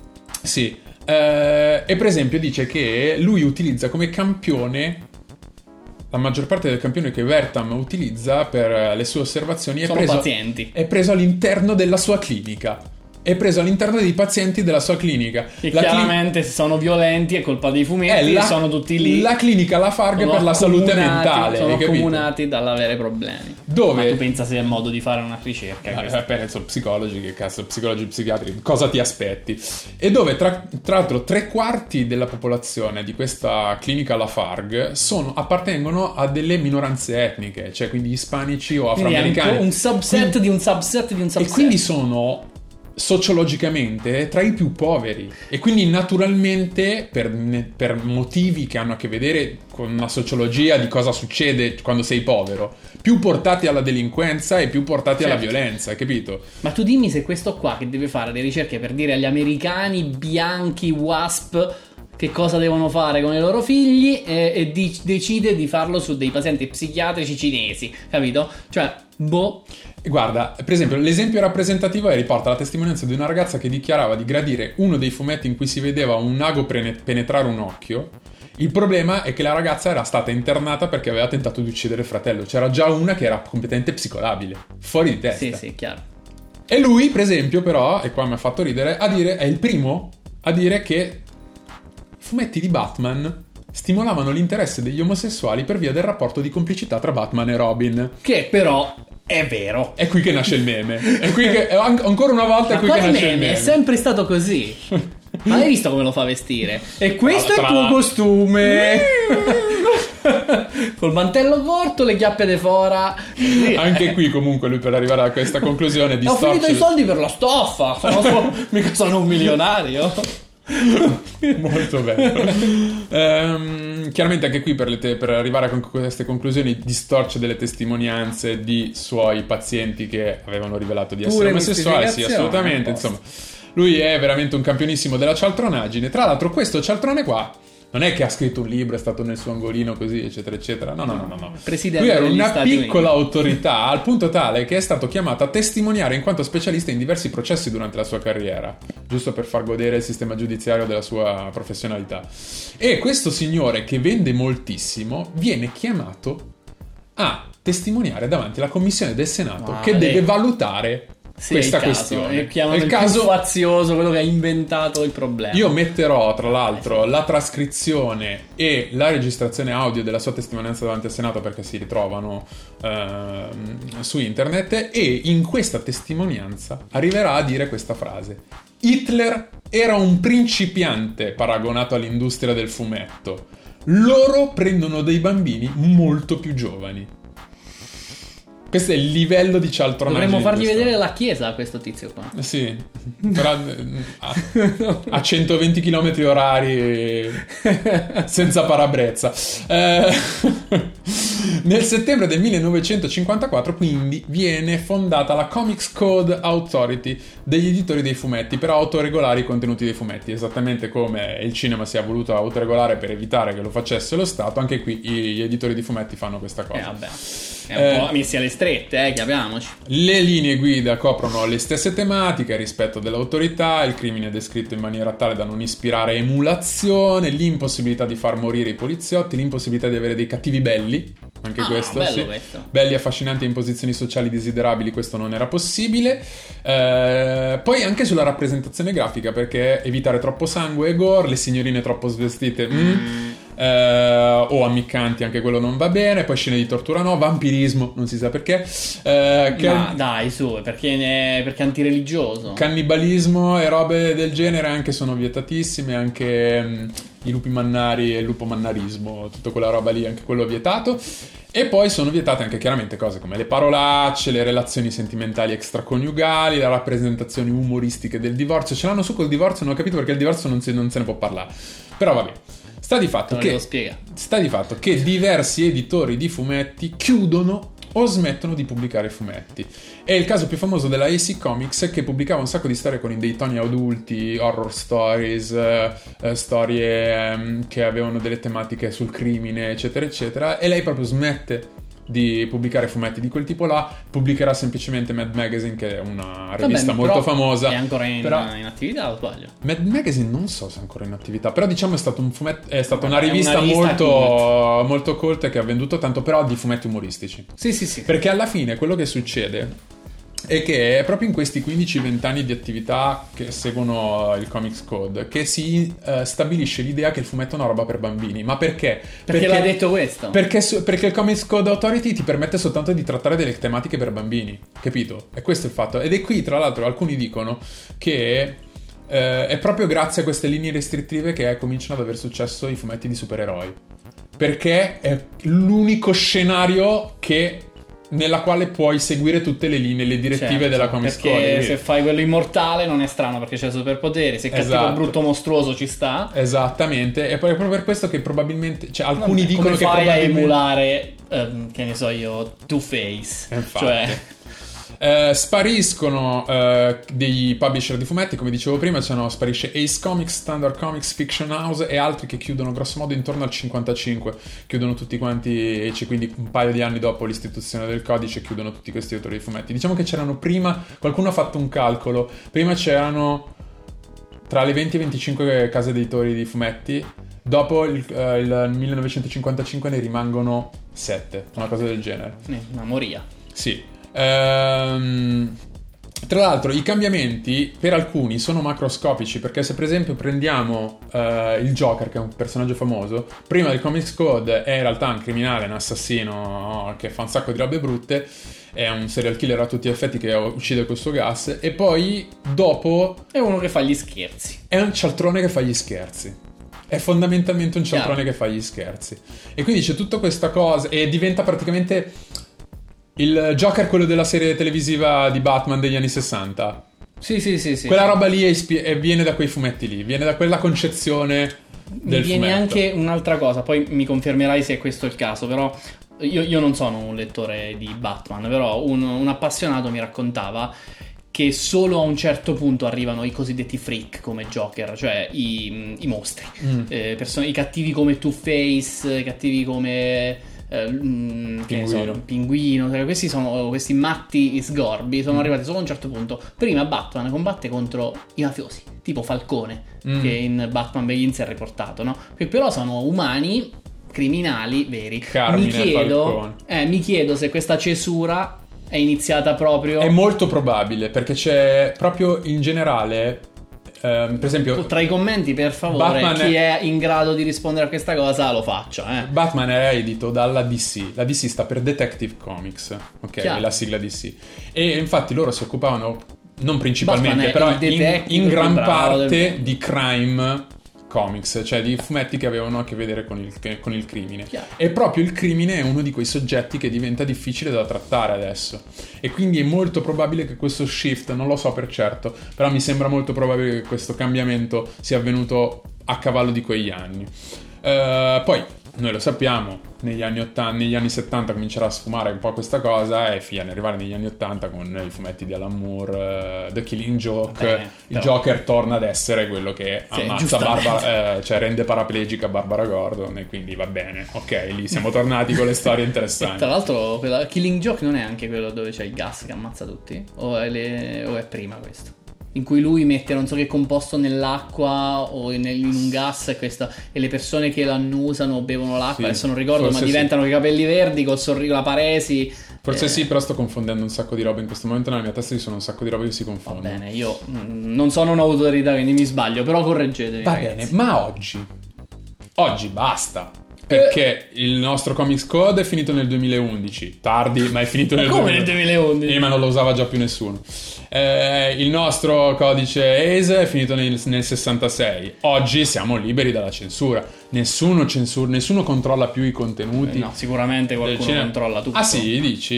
Sì. Eh, e per esempio dice che lui utilizza come campione, la maggior parte del campione che Vertam utilizza per le sue osservazioni è Sono preso, pazienti. è preso all'interno della sua clinica. È preso all'interno dei pazienti della sua clinica. Che la chiaramente se sono violenti è colpa dei fumetti, la, sono tutti lì. La clinica Lafargue per la salute mentale. Sono hai capito? accomunati dall'avere problemi. Dove? Ma tu pensa sia il modo di fare una ricerca? Eh, penso psicologi, che cazzo, psicologi psichiatri, cosa ti aspetti? E dove tra, tra l'altro tre quarti della popolazione di questa clinica Lafargue sono, appartengono a delle minoranze etniche, cioè quindi ispanici o afroamericani. Quindi è un, un subset quindi, di un subset di un subset. E quindi sono sociologicamente tra i più poveri e quindi naturalmente per, per motivi che hanno a che vedere con la sociologia di cosa succede quando sei povero, più portati alla delinquenza e più portati certo. alla violenza, capito? Ma tu dimmi se questo qua che deve fare le ricerche per dire agli americani bianchi W A S P che cosa devono fare con i loro figli e, e di, decide di farlo su dei pazienti psichiatrici cinesi, capito? Cioè, boh. Guarda, per esempio, l'esempio rappresentativo è riporta la testimonianza di una ragazza che dichiarava di gradire uno dei fumetti in cui si vedeva un ago penetrare un occhio. Il problema è che la ragazza era stata internata perché aveva tentato di uccidere il fratello. C'era già una che era completamente psicolabile, fuori di testa. Sì, sì, chiaro. E lui, per esempio, però, e qua mi ha fatto ridere, a dire, è il primo a dire che i fumetti di Batman stimolavano l'interesse degli omosessuali per via del rapporto di complicità tra Batman e Robin. Che però è vero. È qui che nasce il meme. È qui che, è ancora una volta è qui che nasce meme? il meme. È sempre stato così. Ma hai visto come lo fa vestire? E questo Tra... è il tuo costume. Col mantello corto, le chiappe de fora. Anche qui comunque lui per arrivare a questa conclusione distorce... Ho finito i soldi per la stoffa. Sono, mica sono un milionario. Molto bello. ehm, chiaramente anche qui per, le te- per arrivare a queste conclusioni distorce delle testimonianze di suoi pazienti che avevano rivelato di essere omosessuali. Sì, assolutamente. Insomma, lui è veramente un campionissimo della cialtronaggine. Tra l'altro questo cialtrone qua non è che ha scritto un libro, è stato nel suo angolino così, eccetera, eccetera. No, no, no, no. no. Presidente Lui era degli una Stati piccola Uniti. autorità, al punto tale che è stato chiamato a testimoniare in quanto specialista in diversi processi durante la sua carriera, giusto per far godere il sistema giudiziario della sua professionalità. E questo signore, che vende moltissimo, viene chiamato a testimoniare davanti alla commissione del Senato, Vale. che deve valutare Sì, questa è il caso, questione. è chiamato il il caso più fazioso, quello che ha inventato il problema. Io metterò tra l'altro la trascrizione e la registrazione audio della sua testimonianza davanti al Senato perché si ritrovano ehm, su internet, e in questa testimonianza arriverà a dire questa frase: Hitler era un principiante paragonato all'industria del fumetto, loro prendono dei bambini molto più giovani. Questo è il livello di cialtronaggine. Dovremmo fargli questo. vedere la chiesa a questo tizio qua. Sì, però a, a centoventi chilometri orari senza parabrezza. Eh, nel settembre del millenovecentocinquantaquattro quindi viene fondata la Comics Code Authority degli editori dei fumetti per autoregolare i contenuti dei fumetti, esattamente come il cinema si è voluto autoregolare per evitare che lo facesse lo Stato. Anche qui gli editori di fumetti fanno questa cosa. Eh vabbè, è un po' messi alle strette, eh, chiamiamoci. Le linee guida coprono le stesse tematiche: il rispetto dell'autorità, il crimine descritto in maniera tale da non ispirare emulazione, l'impossibilità di far morire i poliziotti, l'impossibilità di avere dei cattivi belli, anche Ah, questo, bello sì. questo. Belli, affascinanti e in posizioni sociali desiderabili, questo non era possibile. Eh, poi anche sulla rappresentazione grafica, perché evitare troppo sangue e gore, le signorine troppo svestite mm, Mm. eh, o ammiccanti, anche quello non va bene. Poi scene di tortura no, vampirismo, non si sa perché, eh, che- Ma dai, su, perché, ne- perché è antireligioso. cannibalismo e robe del genere anche sono vietatissime, anche mh, i lupi mannari e il lupo mannarismo, tutta quella roba lì, anche quello è vietato. E poi sono vietate anche chiaramente cose come le parolacce, le relazioni sentimentali extraconiugali, le rappresentazioni umoristiche del divorzio. Ce l'hanno su col divorzio, non ho capito perché il divorzio non, si- non se ne può parlare. Però vabbè, sta di fatto Te lo che devo spiegare. sta di fatto che diversi editori di fumetti chiudono o smettono di pubblicare fumetti. È il caso più famoso della A C Comics, che pubblicava un sacco di storie con dei toni adulti, horror stories, eh, eh, storie ehm, che avevano delle tematiche sul crimine, eccetera, eccetera, e lei proprio smette di pubblicare fumetti di quel tipo là, pubblicherà semplicemente Mad Magazine, che è una rivista Vabbè, molto però famosa. È ancora in, però... in attività, o sbaglio? Mad Magazine non so se è ancora in attività, però diciamo è stato un fumetto, è stata una È una rivista, rivista molto cult. molto cult che ha venduto tanto, però di fumetti umoristici. Sì, sì, sì. Perché alla fine quello che succede è che è proprio in questi quindici venti anni di attività che seguono il Comics Code che si uh, stabilisce l'idea che il fumetto è una roba per bambini. Ma perché? Perché, perché l'ha detto questo? Perché, perché il Comics Code Authority ti permette soltanto di trattare delle tematiche per bambini, capito? E questo è il fatto. Ed è qui, tra l'altro, alcuni dicono che uh, è proprio grazie a queste linee restrittive che cominciano ad avere successo i fumetti di supereroi. Perché è l'unico scenario che... nella quale puoi seguire tutte le linee, le direttive certo, della Comics Code. Perché Code. se fai quello immortale non è strano perché c'è superpoteri, se cattivo esatto. brutto mostruoso ci sta. Esattamente, e poi è proprio per questo che probabilmente, cioè alcuni Vabbè, dicono come che fai probabilmente... a emulare, ehm, che ne so io, Two-Face. Infatti. Cioè... Eh, spariscono eh, dei publisher di fumetti, come dicevo prima, cioè, sparisce Ace Comics, Standard Comics, Fiction House e altri che chiudono grosso modo intorno al cinquantacinque, chiudono tutti quanti, e c'è quindi un paio di anni dopo l'istituzione del codice chiudono tutti questi autori di fumetti. Diciamo che c'erano prima, qualcuno ha fatto un calcolo, prima c'erano tra le venti e venticinque case editori di fumetti, dopo il, uh, il millenovecentocinquantacinque ne rimangono sette, una cosa del genere. Una moria. Sì. Ehm, tra l'altro i cambiamenti per alcuni sono macroscopici, perché se per esempio prendiamo uh, il Joker, che è un personaggio famoso, prima del Comics Code è in realtà un criminale, un assassino che fa un sacco di robe brutte, è un serial killer a tutti gli effetti che uccide questo gas, e poi dopo è uno che fa gli scherzi, è un cialtrone che fa gli scherzi. È fondamentalmente un cialtrone Chiaro. che fa gli scherzi, e quindi c'è tutta questa cosa e diventa praticamente il Joker, quello della serie televisiva di Batman degli anni sessanta. Sì, sì, sì, sì. Quella roba lì è ispi- è, viene da quei fumetti lì, viene da quella concezione del mi viene fumetto. anche un'altra cosa, poi mi confermerai se è questo il caso, però io, io non sono un lettore di Batman, però un, un appassionato mi raccontava che solo a un certo punto arrivano i cosiddetti freak come Joker, cioè i, i mostri, mm. eh, person- i cattivi come Two-Face, i cattivi come... Eh, mh, che ne so, Pinguino, cioè, questi sono questi matti sgorbi, sono mm. arrivati solo a un certo punto. Prima Batman combatte contro i mafiosi, tipo Falcone, mm. che in Batman Begins è riportato, no? Che però sono umani, criminali veri. Carmine mi chiedo, eh, mi chiedo se questa cesura è iniziata proprio. È molto probabile, perché c'è proprio in generale. Uh, per esempio, tra i commenti, per favore, Batman chi è... è in grado di rispondere a questa cosa lo faccia. Eh. Batman è edito dalla D C. La D C sta per Detective Comics, ok? Chiaro. La sigla D C. E infatti loro si occupavano, non principalmente, però in, in gran parte del... di crime comics, cioè di fumetti che avevano a che vedere con il, con il crimine. Chiaro. E proprio il crimine è uno di quei soggetti che diventa difficile da trattare adesso, e quindi è molto probabile che questo shift, non lo so per certo, però mi sembra molto probabile che questo cambiamento sia avvenuto a cavallo di quegli anni. Uh, poi noi lo sappiamo, negli anni ottanta, negli anni settanta comincerà a sfumare un po' questa cosa, e fino ad arrivare negli anni ottanta con i fumetti di Alan Moore, uh, The Killing Joke. Bene, il però... Joker torna ad essere quello che sì, ammazza Barbara, eh, cioè rende paraplegica Barbara Gordon, e quindi va bene, ok, lì siamo tornati con le storie interessanti. Tra l'altro quella Killing Joke non è anche quello dove c'è il gas che ammazza tutti? O è, le... o è prima questo? In cui lui mette non so che composto nell'acqua o in, in un gas e, questa, e le persone che lo annusano bevono l'acqua, sì, adesso non ricordo, ma diventano sì. i capelli verdi col sorriso, la paresi. Forse eh. sì, però sto confondendo un sacco di robe in questo momento, nella mia testa ci sono un sacco di robe che si confondono. Va bene, io mh, non sono un'autorità, quindi mi sbaglio, però correggetemi. Va ragazzi. bene, ma oggi, oggi basta. Perché eh. il nostro Comics Code è finito nel duemilaundici, tardi, ma è finito nel, come nel duemilaundici. Eh, ma non lo usava già più nessuno. Eh, il nostro codice A C E è finito nel, nel sessantasei. Oggi siamo liberi dalla censura. Nessuno censura, nessuno controlla più i contenuti. Eh no, sicuramente qualcuno controlla tutto. Ah sì, dici?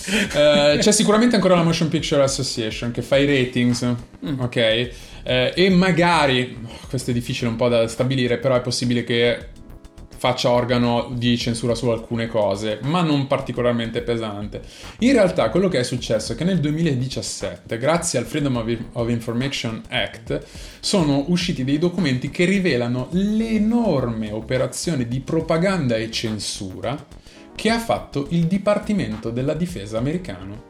eh, c'è sicuramente ancora la Motion Picture Association che fa i ratings, mm. ok? Eh, e magari, questo è difficile un po' da stabilire, però è possibile che faccia organo di censura su alcune cose, ma non particolarmente pesante. In realtà quello che è successo è che nel duemiladiciassette, grazie al Freedom of Information Act, sono usciti dei documenti che rivelano l'enorme operazione di propaganda e censura che ha fatto il Dipartimento della Difesa americano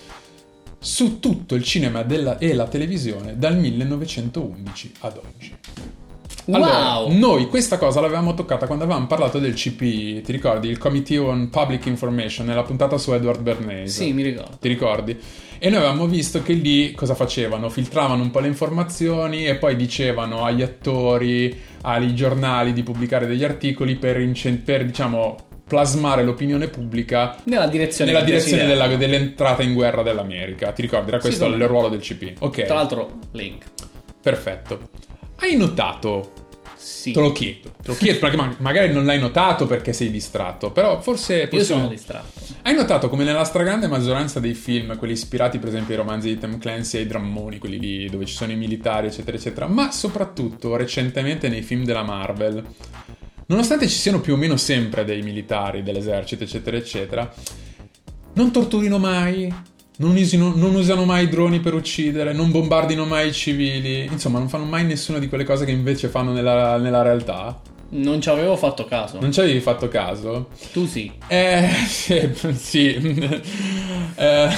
su tutto il cinema della, e la televisione dal millenovecentoundici ad oggi. Allora, Wow! noi questa cosa l'avevamo toccata quando avevamo parlato del C P I, ti ricordi? Il Committee on Public Information, nella puntata su Edward Bernays. Sì, mi ricordo. Ti ricordi? E noi avevamo visto che lì cosa facevano? Filtravano un po' le informazioni e poi dicevano agli attori, ai giornali di pubblicare degli articoli per, incent- per diciamo, plasmare l'opinione pubblica Nella direzione, nella che direzione desidera. della- dell'entrata in guerra dell'America. Ti ricordi? Era Sì, questo come il no. ruolo del C P I. Ok. Tra l'altro, link. Perfetto. Hai notato? Sì. Te lo chiedo, te lo chiedo perché ma- magari non l'hai notato perché sei distratto, però forse Io possiamo... sono distratto. Hai notato come nella stragrande maggioranza dei film, quelli ispirati per esempio ai romanzi di Tom Clancy e ai drammoni, quelli lì dove ci sono i militari eccetera eccetera, ma soprattutto recentemente nei film della Marvel, nonostante ci siano più o meno sempre dei militari dell'esercito eccetera eccetera, non torturino mai, non usino, non usano mai droni per uccidere, non bombardino mai i civili, insomma non fanno mai nessuna di quelle cose che invece fanno nella, nella realtà. Non ci avevo fatto caso. Non ci avevi fatto caso? Tu sì. Eh, sì, sì. Eh,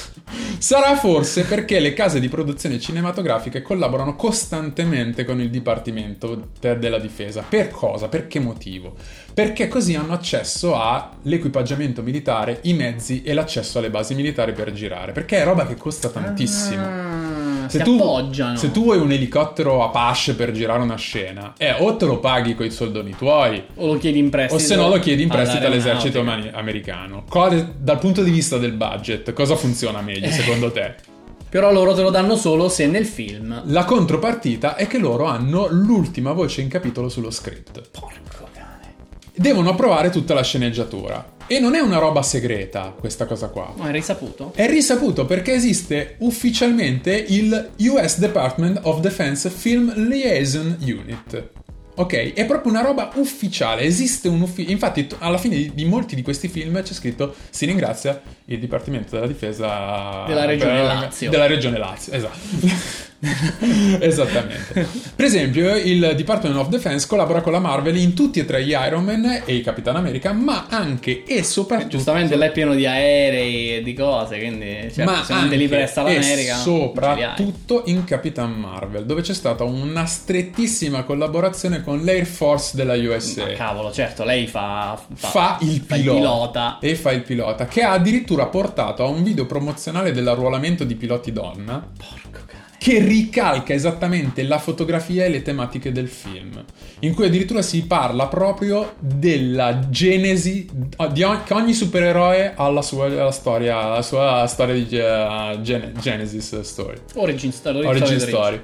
sarà forse perché le case di produzione cinematografiche collaborano costantemente con il Dipartimento per- della Difesa. Per cosa? Per che motivo? Perché così hanno accesso all'equipaggiamento militare, i mezzi e l'accesso alle basi militari per girare. Perché è roba che costa tantissimo. Ah, Se si tu, appoggiano. se tu vuoi un elicottero Apache per girare una scena, eh, o te lo paghi coi soldoni tuoi, O lo chiedi in o prestito. se no lo chiedi in prestito all'esercito all'aeronautica. mani- americano. Quale- dal punto di vista del budget, cosa funziona meglio secondo te? Però loro te lo danno solo se nel film. La contropartita è che loro hanno l'ultima voce in capitolo sullo script. Porco cane. Devono approvare tutta la sceneggiatura. E non è una roba segreta questa cosa qua. Ma hai risaputo? È risaputo perché esiste ufficialmente il U S Department of Defense Film Liaison Unit. Ok? È proprio una roba ufficiale. Esiste un ufficio. Infatti, t- alla fine di, di molti di questi film c'è scritto: si ringrazia il Dipartimento della Difesa Della Regione per- Lazio. Della Regione Lazio, esatto. Esattamente. Per esempio, il Department of Defense collabora con la Marvel in tutti e tre gli Iron Man e i Capitan America, ma anche e soprattutto. Giustamente lei è pieno di aerei e di cose, quindi certo, ma se non te li anche presta e l'America soprattutto in Capitan Marvel, dove c'è stata una strettissima collaborazione con l'Air Force della U S A. ma cavolo, certo, lei fa fa, Fa il fa il pilota, pilota. e fa il pilota, che ha addirittura portato a un video promozionale dell'arruolamento di piloti donna Porco cane. che ricalca esattamente la fotografia e le tematiche del film, in cui addirittura si parla proprio della genesi di ogni, che ogni supereroe ha la sua la storia, la sua storia di uh, Gen- Genesis story, Origin story. origin story.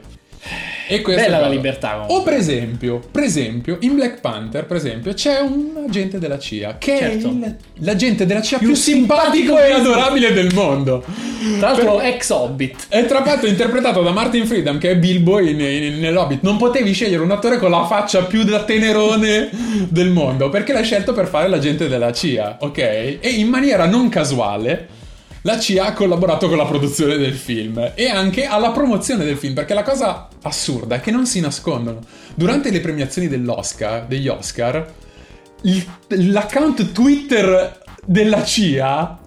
E questa Bella è la cosa. libertà, comunque. O per esempio, per esempio, in Black Panther, per esempio, c'è un agente della C I A che Certo. è il- l'agente della C I A più, Più simpatico simpatico e che adorabile del mondo. Tra l'altro Per- ex Hobbit. È tra l'altro interpretato da Martin Freeman, che è Bilbo in, in, nell'Hobbit. Non potevi scegliere un attore con la faccia più da tenerone del mondo, perché l'hai scelto per fare l'agente della C I A, ok? E in maniera non casuale la C I A ha collaborato con la produzione del film e anche alla promozione del film, perché la cosa assurda è che non si nascondono. Durante le premiazioni dell'Oscar, degli Oscar, il- l'account Twitter della C I A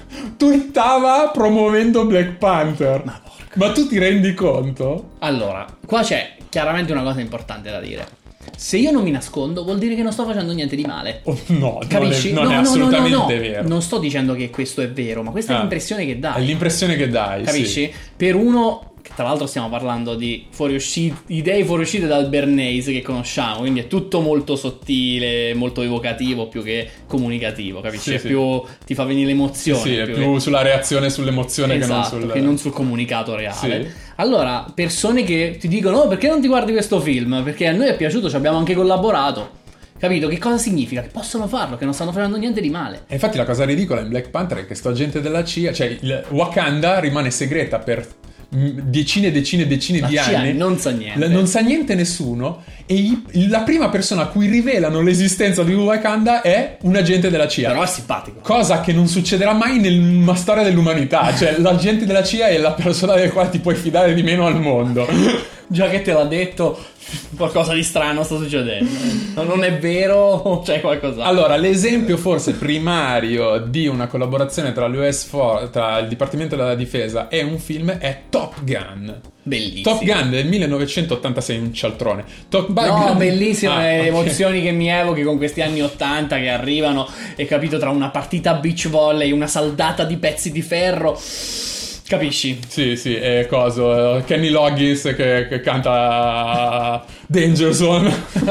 twittava promuovendo Black Panther. Ma porca. Ma tu ti rendi conto? Allora, qua c'è chiaramente una cosa importante da dire. Se io non mi nascondo, vuol dire che non sto facendo niente di male. Oh, no, Capisci? non è, non no, è no, assolutamente no, no, no. vero. Non sto dicendo che questo è vero, ma questa Ah. è l'impressione che È dai. l'impressione che dai, Capisci? sì. Per uno, che tra l'altro stiamo parlando di fuoriusciti, idee fuoriuscite dal Bernays che conosciamo, quindi è tutto molto sottile, molto evocativo più che comunicativo, capisci? Sì, è sì. più ti fa venire l'emozione. Sì, è più più che- sulla reazione, sull'emozione esatto, che non sul... che non sul comunicato reale. Sì. Allora, persone che ti dicono: "Oh, perché non ti guardi questo film? Perché a noi è piaciuto, ci abbiamo anche collaborato." Capito? Che cosa significa? Che possono farlo, che non stanno facendo niente di male. E infatti la cosa ridicola in Black Panther è che sto agente della C I A, cioè il Wakanda rimane segreta per mm, decine e decine e decine La di C I A anni. non sa niente. La- non sa niente nessuno e i- la prima persona a cui rivelano l'esistenza di Wakanda è un agente della C I A. Però è simpatico. Cosa che non succederà mai nella storia dell'umanità. Cioè l'agente della C I A è la persona del quale ti puoi fidare di meno al mondo. Già che te l'ha detto, qualcosa di strano sta succedendo. No, non è vero o c'è qualcosa? Allora, l'esempio forse primario di una collaborazione tra l'U S For- tra il Dipartimento della Difesa e un film è Top Gun. Bellissimo. Top Gun del millenovecentottantasei, un cialtrone. Top No, Gun... bellissime Ah, le ok. emozioni che mi evochi con questi anni ottanta che arrivano, e capito, tra una partita a beach volley, una saldata di pezzi di ferro. Capisci? Sì, sì, è coso, Kenny Loggins che, che canta Danger Zone.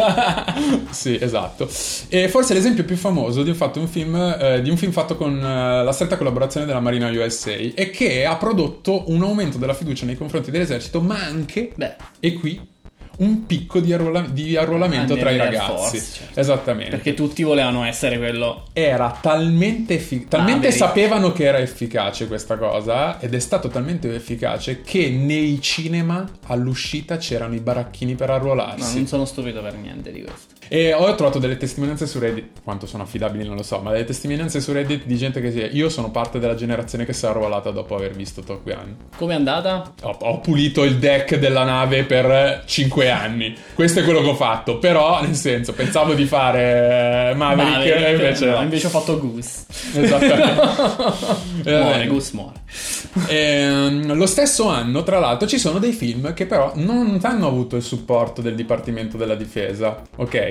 Sì, esatto. E forse l'esempio più famoso di un, fatto, un film, eh, di un film fatto con eh, la stretta collaborazione della Marina U S A e che ha prodotto un aumento della fiducia nei confronti dell'esercito, ma anche, Beh, e qui, un picco di, arruola- di arruolamento Ah, tra i nell'Air ragazzi. Force, certo. Esattamente. perché tutti volevano essere quello. Era talmente efficace, talmente vedi. sapevano che era efficace questa cosa, ed è stato talmente efficace che nei cinema all'uscita c'erano i baracchini per No, arruolarsi. non sono stupito per niente di questo. E ho trovato delle testimonianze su Reddit, quanto sono affidabili non lo so, ma delle testimonianze su Reddit di gente che si io sono parte della generazione che si è arruolata dopo aver visto Top Gun. Com'è andata? Ho, ho pulito il deck della nave per cinque anni. Questo è quello che ho fatto. Però, nel senso, pensavo di fare eh, Maverick, Maverick, e invece no, no. invece ho fatto Goose. Esattamente. Muore, Eh, Goose muore. ehm, lo stesso anno, tra l'altro, ci sono dei film che però non hanno avuto il supporto del Dipartimento della Difesa, ok?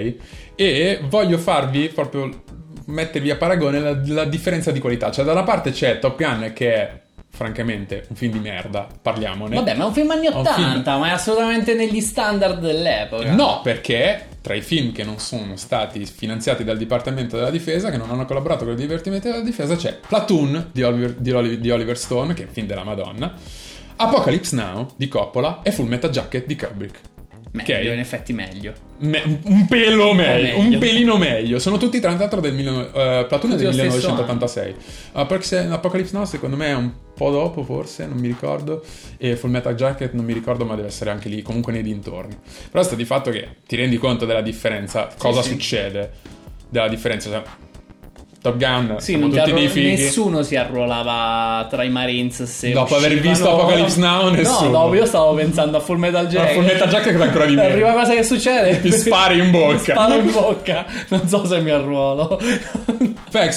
E voglio farvi proprio mettervi a paragone la, la differenza di qualità. Cioè, da una parte c'è Top Gun, che è francamente un film di merda, parliamone. Vabbè, ma è un film anni È un film- ottanta, ma è assolutamente negli standard dell'epoca. No, perché tra i film che non sono stati finanziati dal Dipartimento della Difesa, che non hanno collaborato con il Dipartimento della Difesa, c'è Platoon di Oliver, di Oli- di Oliver Stone, che è un film della Madonna, Apocalypse Now di Coppola e Full Metal Jacket di Kubrick. Meglio, Ok. in effetti meglio. Me- un pelo meglio, un meglio. pelino meglio. Sono tutti tra l'altro del mille- eh, Platoon è Tutti del lo stesso millenovecentottantasei. Apocalypse, Apocalypse Now secondo me è un po' dopo, forse, non mi ricordo. E Full Metal Jacket non mi ricordo, ma deve essere anche lì, comunque nei dintorni. Però sta di fatto che ti rendi conto della differenza, cosa sì. succede della differenza. Cioè, Top Gun, Sì, siamo non ti tutti arru- dei fighi. nessuno si arruolava tra i Marines se Dopo aver uscivano- visto Apocalypse Now, nessuno. No, dopo io stavo pensando a Full Metal Jacket. A Full Metal Jacket ancora di La meno. prima cosa che succede Ti spari in bocca. Mi sparo in bocca. Non so se mi arruolo. Fex,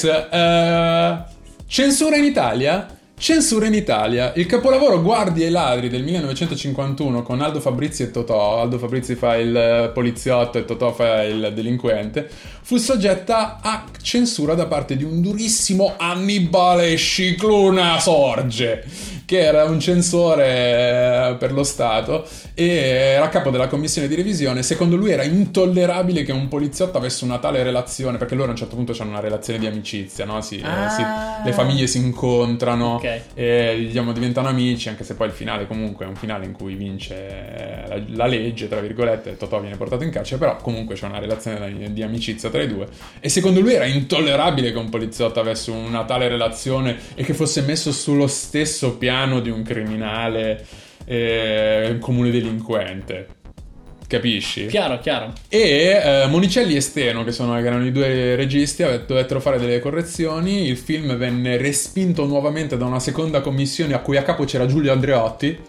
eh, censura in Italia? Censura in Italia. Il capolavoro Guardie e ladri del millenovecentocinquantuno con Aldo Fabrizi e Totò, Aldo Fabrizi fa il poliziotto e Totò fa il delinquente, fu soggetta a censura da parte di un durissimo Annibale Scicluna Sorge, che era un censore eh, per lo Stato e era a capo della commissione di revisione. Secondo lui era intollerabile che un poliziotto avesse una tale relazione, perché loro a un certo punto hanno una relazione di amicizia, no? Si, eh, Ah. si- le famiglie si incontrano, Ok. e diciamo, diventano amici, anche se poi il finale comunque è un finale in cui vince eh, la, la legge, tra virgolette, Totò viene portato in carcere, però comunque c'è una relazione di, di amicizia tra i due, e secondo lui era intollerabile che un poliziotto avesse una tale relazione e che fosse messo sullo stesso piano di un criminale, eh, un comune delinquente. Capisci? Chiaro, chiaro. E eh, Monicelli e Steno, che, sono, che erano i due registi, ave- dovettero fare delle correzioni. Il film venne respinto nuovamente da una seconda commissione a cui a capo c'era Giulio Andreotti.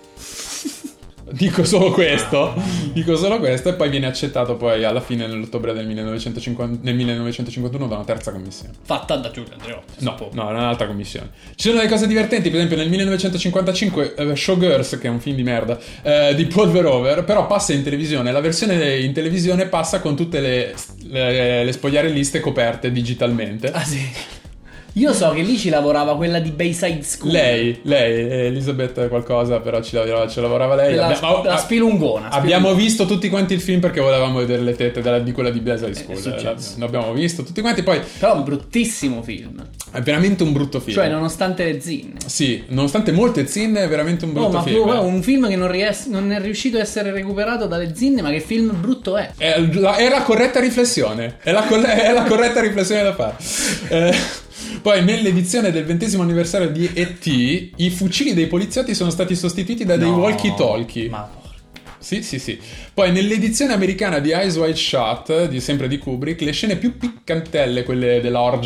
Dico solo questo, dico solo questo, e poi viene accettato poi alla fine nell'ottobre del millenovecentocinquanta, nel millenovecentocinquantuno da una terza commissione. Fatta da Giulio Andreotti. No, suppongo. no, è un'altra commissione. Ci sono delle cose divertenti, per esempio nel millenovecentocinquantacinque eh, Showgirls, che è un film di merda, eh, di Paul Verhoever, però passa in televisione. La versione in televisione passa con tutte le, le, le spogliarelliste coperte digitalmente. Ah sì. Io so che lì ci lavorava quella di Bayside School. Lei, lei, Elisabeth qualcosa, però ci lavorava, ci lavorava lei. La, Abbiamo- la spilungona. Abbiamo visto tutti quanti il film perché volevamo vedere le tette della, di quella di Bayside School. è successo. Eh, L'abbiamo visto tutti quanti, poi Però un bruttissimo film. è veramente un brutto film. Cioè, nonostante le zinne. Sì, nonostante molte zinne, è veramente un Oh, brutto ma film. fu- un film che non, ries- non è riuscito a essere recuperato dalle zinne, ma che film brutto è. È la, è la corretta riflessione. È la, coll- è la corretta riflessione da fare. Eh, poi, nell'edizione del ventesimo anniversario di E T, i fucili dei poliziotti sono stati sostituiti da dei No, walkie-talkie. Ma porca. Sì, sì, sì. Poi nell'edizione americana di Eyes Wide Shut, di, sempre di Kubrick, le scene più piccantelle, quelle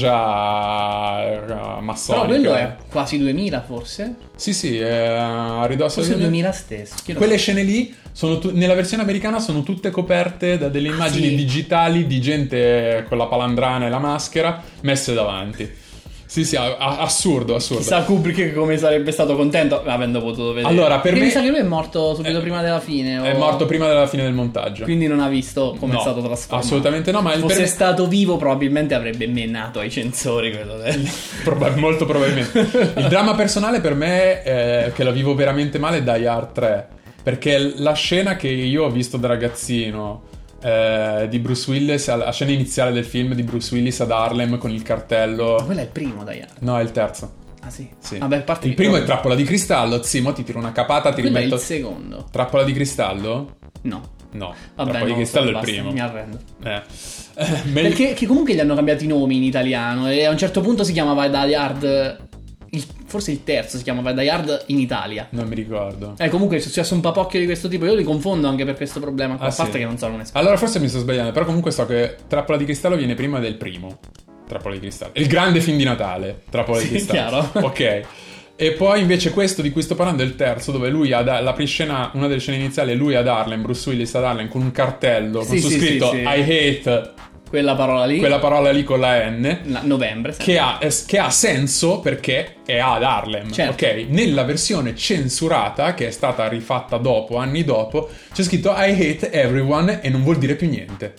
dell'orgia uh, massonica. Però quello è quasi duemila forse? Sì, sì, è a ridosso Forse del duemila stesso. Chi lo Quelle sa? scene lì sono tu- nella versione americana sono tutte coperte da delle immagini sì? digitali di gente con la palandrana e la maschera messe davanti. Sì, sì, a- a- assurdo, assurdo. Chissà Kubrick come sarebbe stato contento avendo potuto vedere. Allora, per Perché me- mi sa che lui è morto subito Eh, prima della fine. È o- morto prima della fine del montaggio. Quindi non ha visto come No, è stato trasformato. assolutamente no, ma Se il fosse per me- stato vivo probabilmente avrebbe menato ai censori quello del... Proba- molto probabilmente. Il dramma personale per me, è che la vivo veramente male, è Die Hard tre. Perché la scena che io ho visto da ragazzino eh, di Bruce Willis, la scena iniziale del film di Bruce Willis ad Harlem con il Ma cartello. quello è il primo, Die Hard. No, è il terzo. Ah sì? Sì. Vabbè, a parte Il che- primo è Trappola di cristallo. Sì, mo ti tiro una capata, ti Quello è rimetto. il secondo. Trappola di cristallo? No. No. Vabbè, Trappola di no, cristallo è il basta, primo. mi arrendo. Eh. Eh, meglio- Perché che comunque gli hanno cambiati i nomi in italiano e a un certo punto si chiamava Die Hard, il- forse il terzo si chiamava Die Hard in Italia. Non mi ricordo. Eh, comunque è successo un papocchio di questo tipo, io li confondo anche per questo problema qua, Ah, a parte sì. che non sono un esperto. Allora forse mi sto sbagliando, però comunque so che Trappola di cristallo viene prima del primo. Trappola di cristallo. Il grande film di Natale, Trappola di Sì, cristallo. chiaro. Ok. E poi invece questo di cui sto parlando è il terzo, dove lui ha la prima scena, una delle scene iniziali è lui ad Harlem, Bruce Willis ad Harlem con un cartello con Sì, su sì, scritto sì, sì. I hate, Quella parola lì, quella parola lì con la N. la- novembre, sì. Che ha, che ha senso perché è ad Harlem, Certo. ok? Nella versione censurata, che è stata rifatta dopo, anni dopo, c'è scritto I hate everyone e non vuol dire più niente.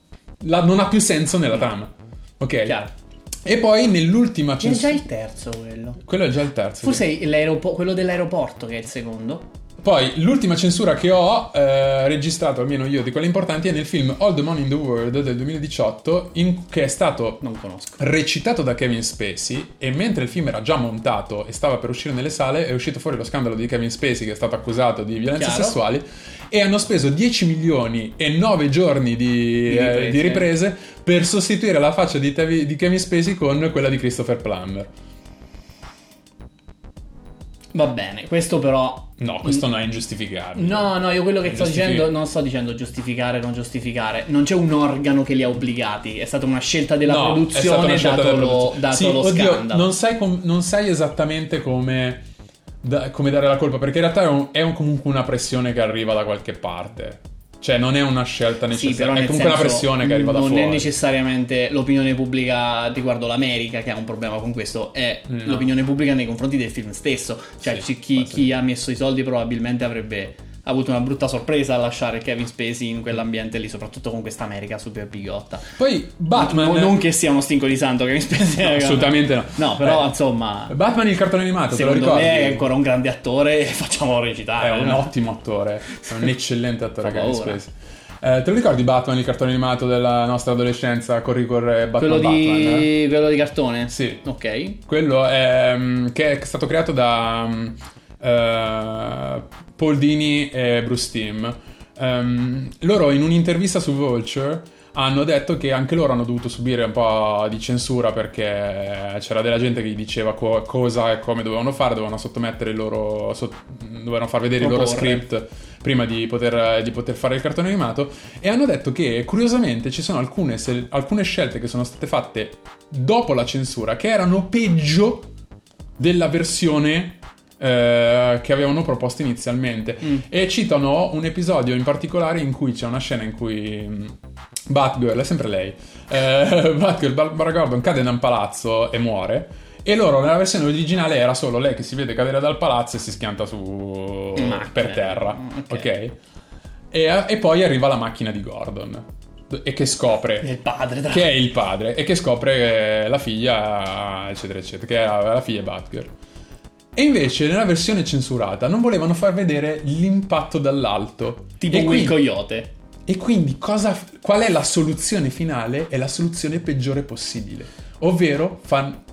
La- non ha più senso nella trama, ok? Chiaro. E poi nell'ultima È già censura... il terzo quello. Quello è già il terzo. Forse è l'aeropo- quello dell'aeroporto che è il secondo. Poi l'ultima censura che ho eh, registrato, almeno io, di quelle importanti, è nel film All the Money in the World del duemiladiciotto, in- che è stato Non conosco. recitato da Kevin Spacey, e mentre il film era già montato e stava per uscire nelle sale è uscito fuori lo scandalo di Kevin Spacey, che è stato accusato di violenze Chiaro. sessuali, e hanno speso dieci milioni e nove giorni di, Di eh, riprese. di riprese per sostituire la faccia di, Tevi- di Kevin Spacey con quella di Christopher Plummer. Va bene, questo però... No, questo non è ingiustificabile. No, no, io quello che È sto giustific- dicendo non sto dicendo giustificare o non giustificare. Non c'è un organo che li ha obbligati. È stata una scelta della No, è stata produzione una scelta dato, della lo, produzione. dato Sì, lo oddio, scandalo. non sai, com- non sai esattamente come, da- come dare la colpa, perché in realtà è, un- è un- comunque una pressione che arriva da qualche parte. Cioè non è una scelta Sì, necessaria, però è nel comunque senso, una pressione che arriva da non fuori. è necessariamente l'opinione pubblica riguardo l'America che ha un problema con questo, è No. l'opinione pubblica nei confronti del film stesso. Cioè Sì, ci- chi, sì. chi ha messo i soldi probabilmente avrebbe avuto una brutta sorpresa a lasciare Kevin Spacey in quell'ambiente lì, soprattutto con questa America super bigotta. Poi Batman... No, non che sia uno stinco di santo Kevin Spacey. No, assolutamente no. No, però Eh, insomma, Batman il cartone animato, te lo secondo ricordi? me è ancora un grande attore e facciamolo recitare. È un no? ottimo attore, è un eccellente attore Fa Kevin paura. Spacey. Eh, te lo ricordi Batman, il cartone animato della nostra adolescenza? Corri corre Batman Quello di, Batman? eh? quello di cartone? Sì. Ok. Quello è, mm, che è stato creato da mm, eh, Paul Dini e Bruce Timm. Ehm, loro in un'intervista su Vulture hanno detto che anche loro hanno dovuto subire un po' di censura perché c'era della gente che gli diceva co- cosa e come dovevano fare, dovevano sottomettere il loro sot- dovevano far vedere i loro Proporre. script prima di poter, di poter fare il cartone animato, e hanno detto che curiosamente ci sono alcune, se- alcune scelte che sono state fatte dopo la censura che erano peggio della versione eh, che avevano proposto inizialmente. Mm. E citano un episodio in particolare in cui c'è una scena in cui mm, Batgirl, è sempre lei, eh, Batgirl, Barbara Gordon cade da un palazzo e muore, e loro nella versione originale era solo lei che si vede cadere dal palazzo e si schianta su Macchina. per terra, Ok. ok? E, e poi arriva la macchina di Gordon e che scopre Del padre, tra che è il padre e che scopre la figlia, eccetera eccetera, che è la figlia è Batgirl. E invece nella versione censurata non volevano far vedere l'impatto dall'alto, tipo e Will quindi, Coyote. e quindi cosa, qual è la soluzione finale? È la soluzione peggiore possibile, ovvero fan-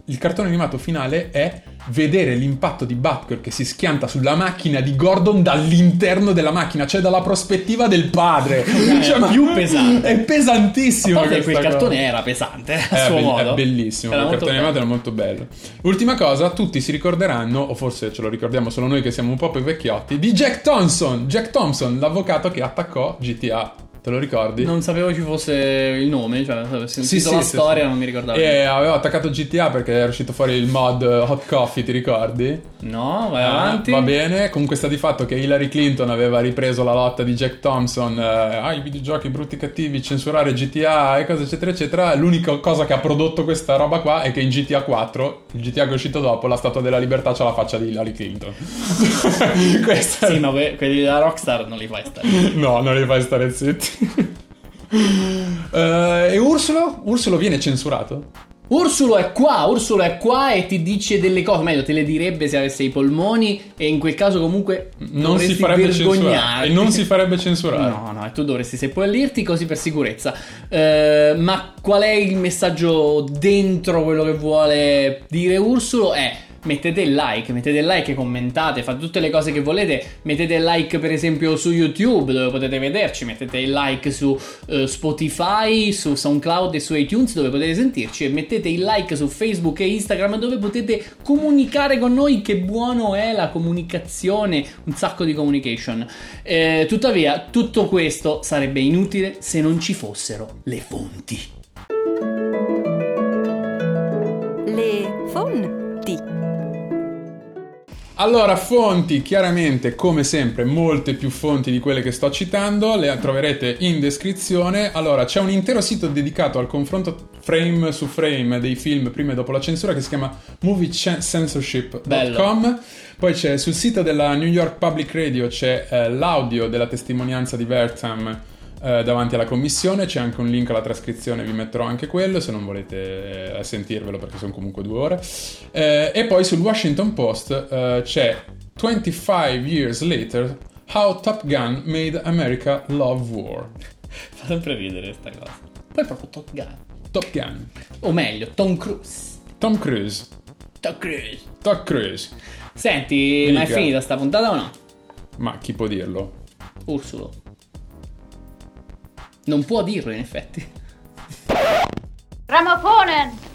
il cartone animato finale è vedere l'impatto di Batgirl che si schianta sulla macchina di Gordon dall'interno della macchina, cioè dalla prospettiva del padre. Cioè, è più pesante. È pesantissimo. Perché quel cosa. cartone era pesante a È, suo be- modo. È bellissimo, Era il molto cartone animato bello. era molto bello. Ultima cosa, tutti si ricorderanno, o forse ce lo ricordiamo solo noi che siamo un po' più vecchiotti, di Jack Thompson. Jack Thompson, l'avvocato che attaccò G T A. Te lo ricordi? Non sapevo ci fosse il nome, cioè avevo sentito Sì, sì, la sì, storia, sì. non mi ricordavo. E aveva attaccato G T A perché era uscito fuori il mod Hot Coffee, ti ricordi? No, vai Ah, avanti. va bene, comunque sta di fatto che Hillary Clinton aveva ripreso la lotta di Jack Thompson, eh, ah i videogiochi brutti e cattivi, censurare G T A e cose eccetera eccetera. L'unica cosa che ha prodotto questa roba qua è che in G T A quattro, il G T A che è uscito dopo, la Statua della Libertà c'ha la faccia di Hillary Clinton. Questa Sì, ma que- quelli della Rockstar non li fai stare. No, non li fai stare zitti. Eh, e Ursulo? Ursulo viene censurato? Ursulo è qua, Ursulo è qua e ti dice delle cose, meglio te le direbbe se avesse i polmoni e in quel caso comunque Non si dovresti farebbe censurare. vergognarti. E non si farebbe censurare. No, no, e tu dovresti seppellirti così per sicurezza. Eh, ma qual è il messaggio dentro quello che vuole dire Ursulo? È mettete il like, mettete il like, commentate, fate tutte le cose che volete, mettete il like per esempio su YouTube dove potete vederci, mettete il like su eh, Spotify, su SoundCloud e su iTunes dove potete sentirci e mettete il like su Facebook e Instagram dove potete comunicare con noi. Che buono è la comunicazione, un sacco di communication. Eh, tuttavia tutto questo sarebbe inutile se non ci fossero le fonti. Le fonti. Allora, fonti, chiaramente, come sempre, molte più fonti di quelle che sto citando, le troverete in descrizione. Allora, c'è un intero sito dedicato al confronto frame su frame dei film prima e dopo la censura che si chiama movie censorship dot com. Poi c'è sul sito della New York Public Radio c'è eh, l'audio della testimonianza di Wertham eh, davanti alla commissione, c'è anche un link alla trascrizione, vi metterò anche quello se non volete eh, sentirvelo perché sono comunque due ore. Eh, e poi sul Washington Post eh, c'è twenty-five years later How Top Gun Made America Love War. Fa sempre ridere sta cosa. Poi proprio Top Gun. Top Gun. O meglio, Tom Cruise. Tom Cruise. Tom Cruise. Tom Cruise. Senti, Mica. ma è finita sta puntata o no? Ma chi può dirlo? Ursulo. Non può dirlo in effetti. Grammofonen!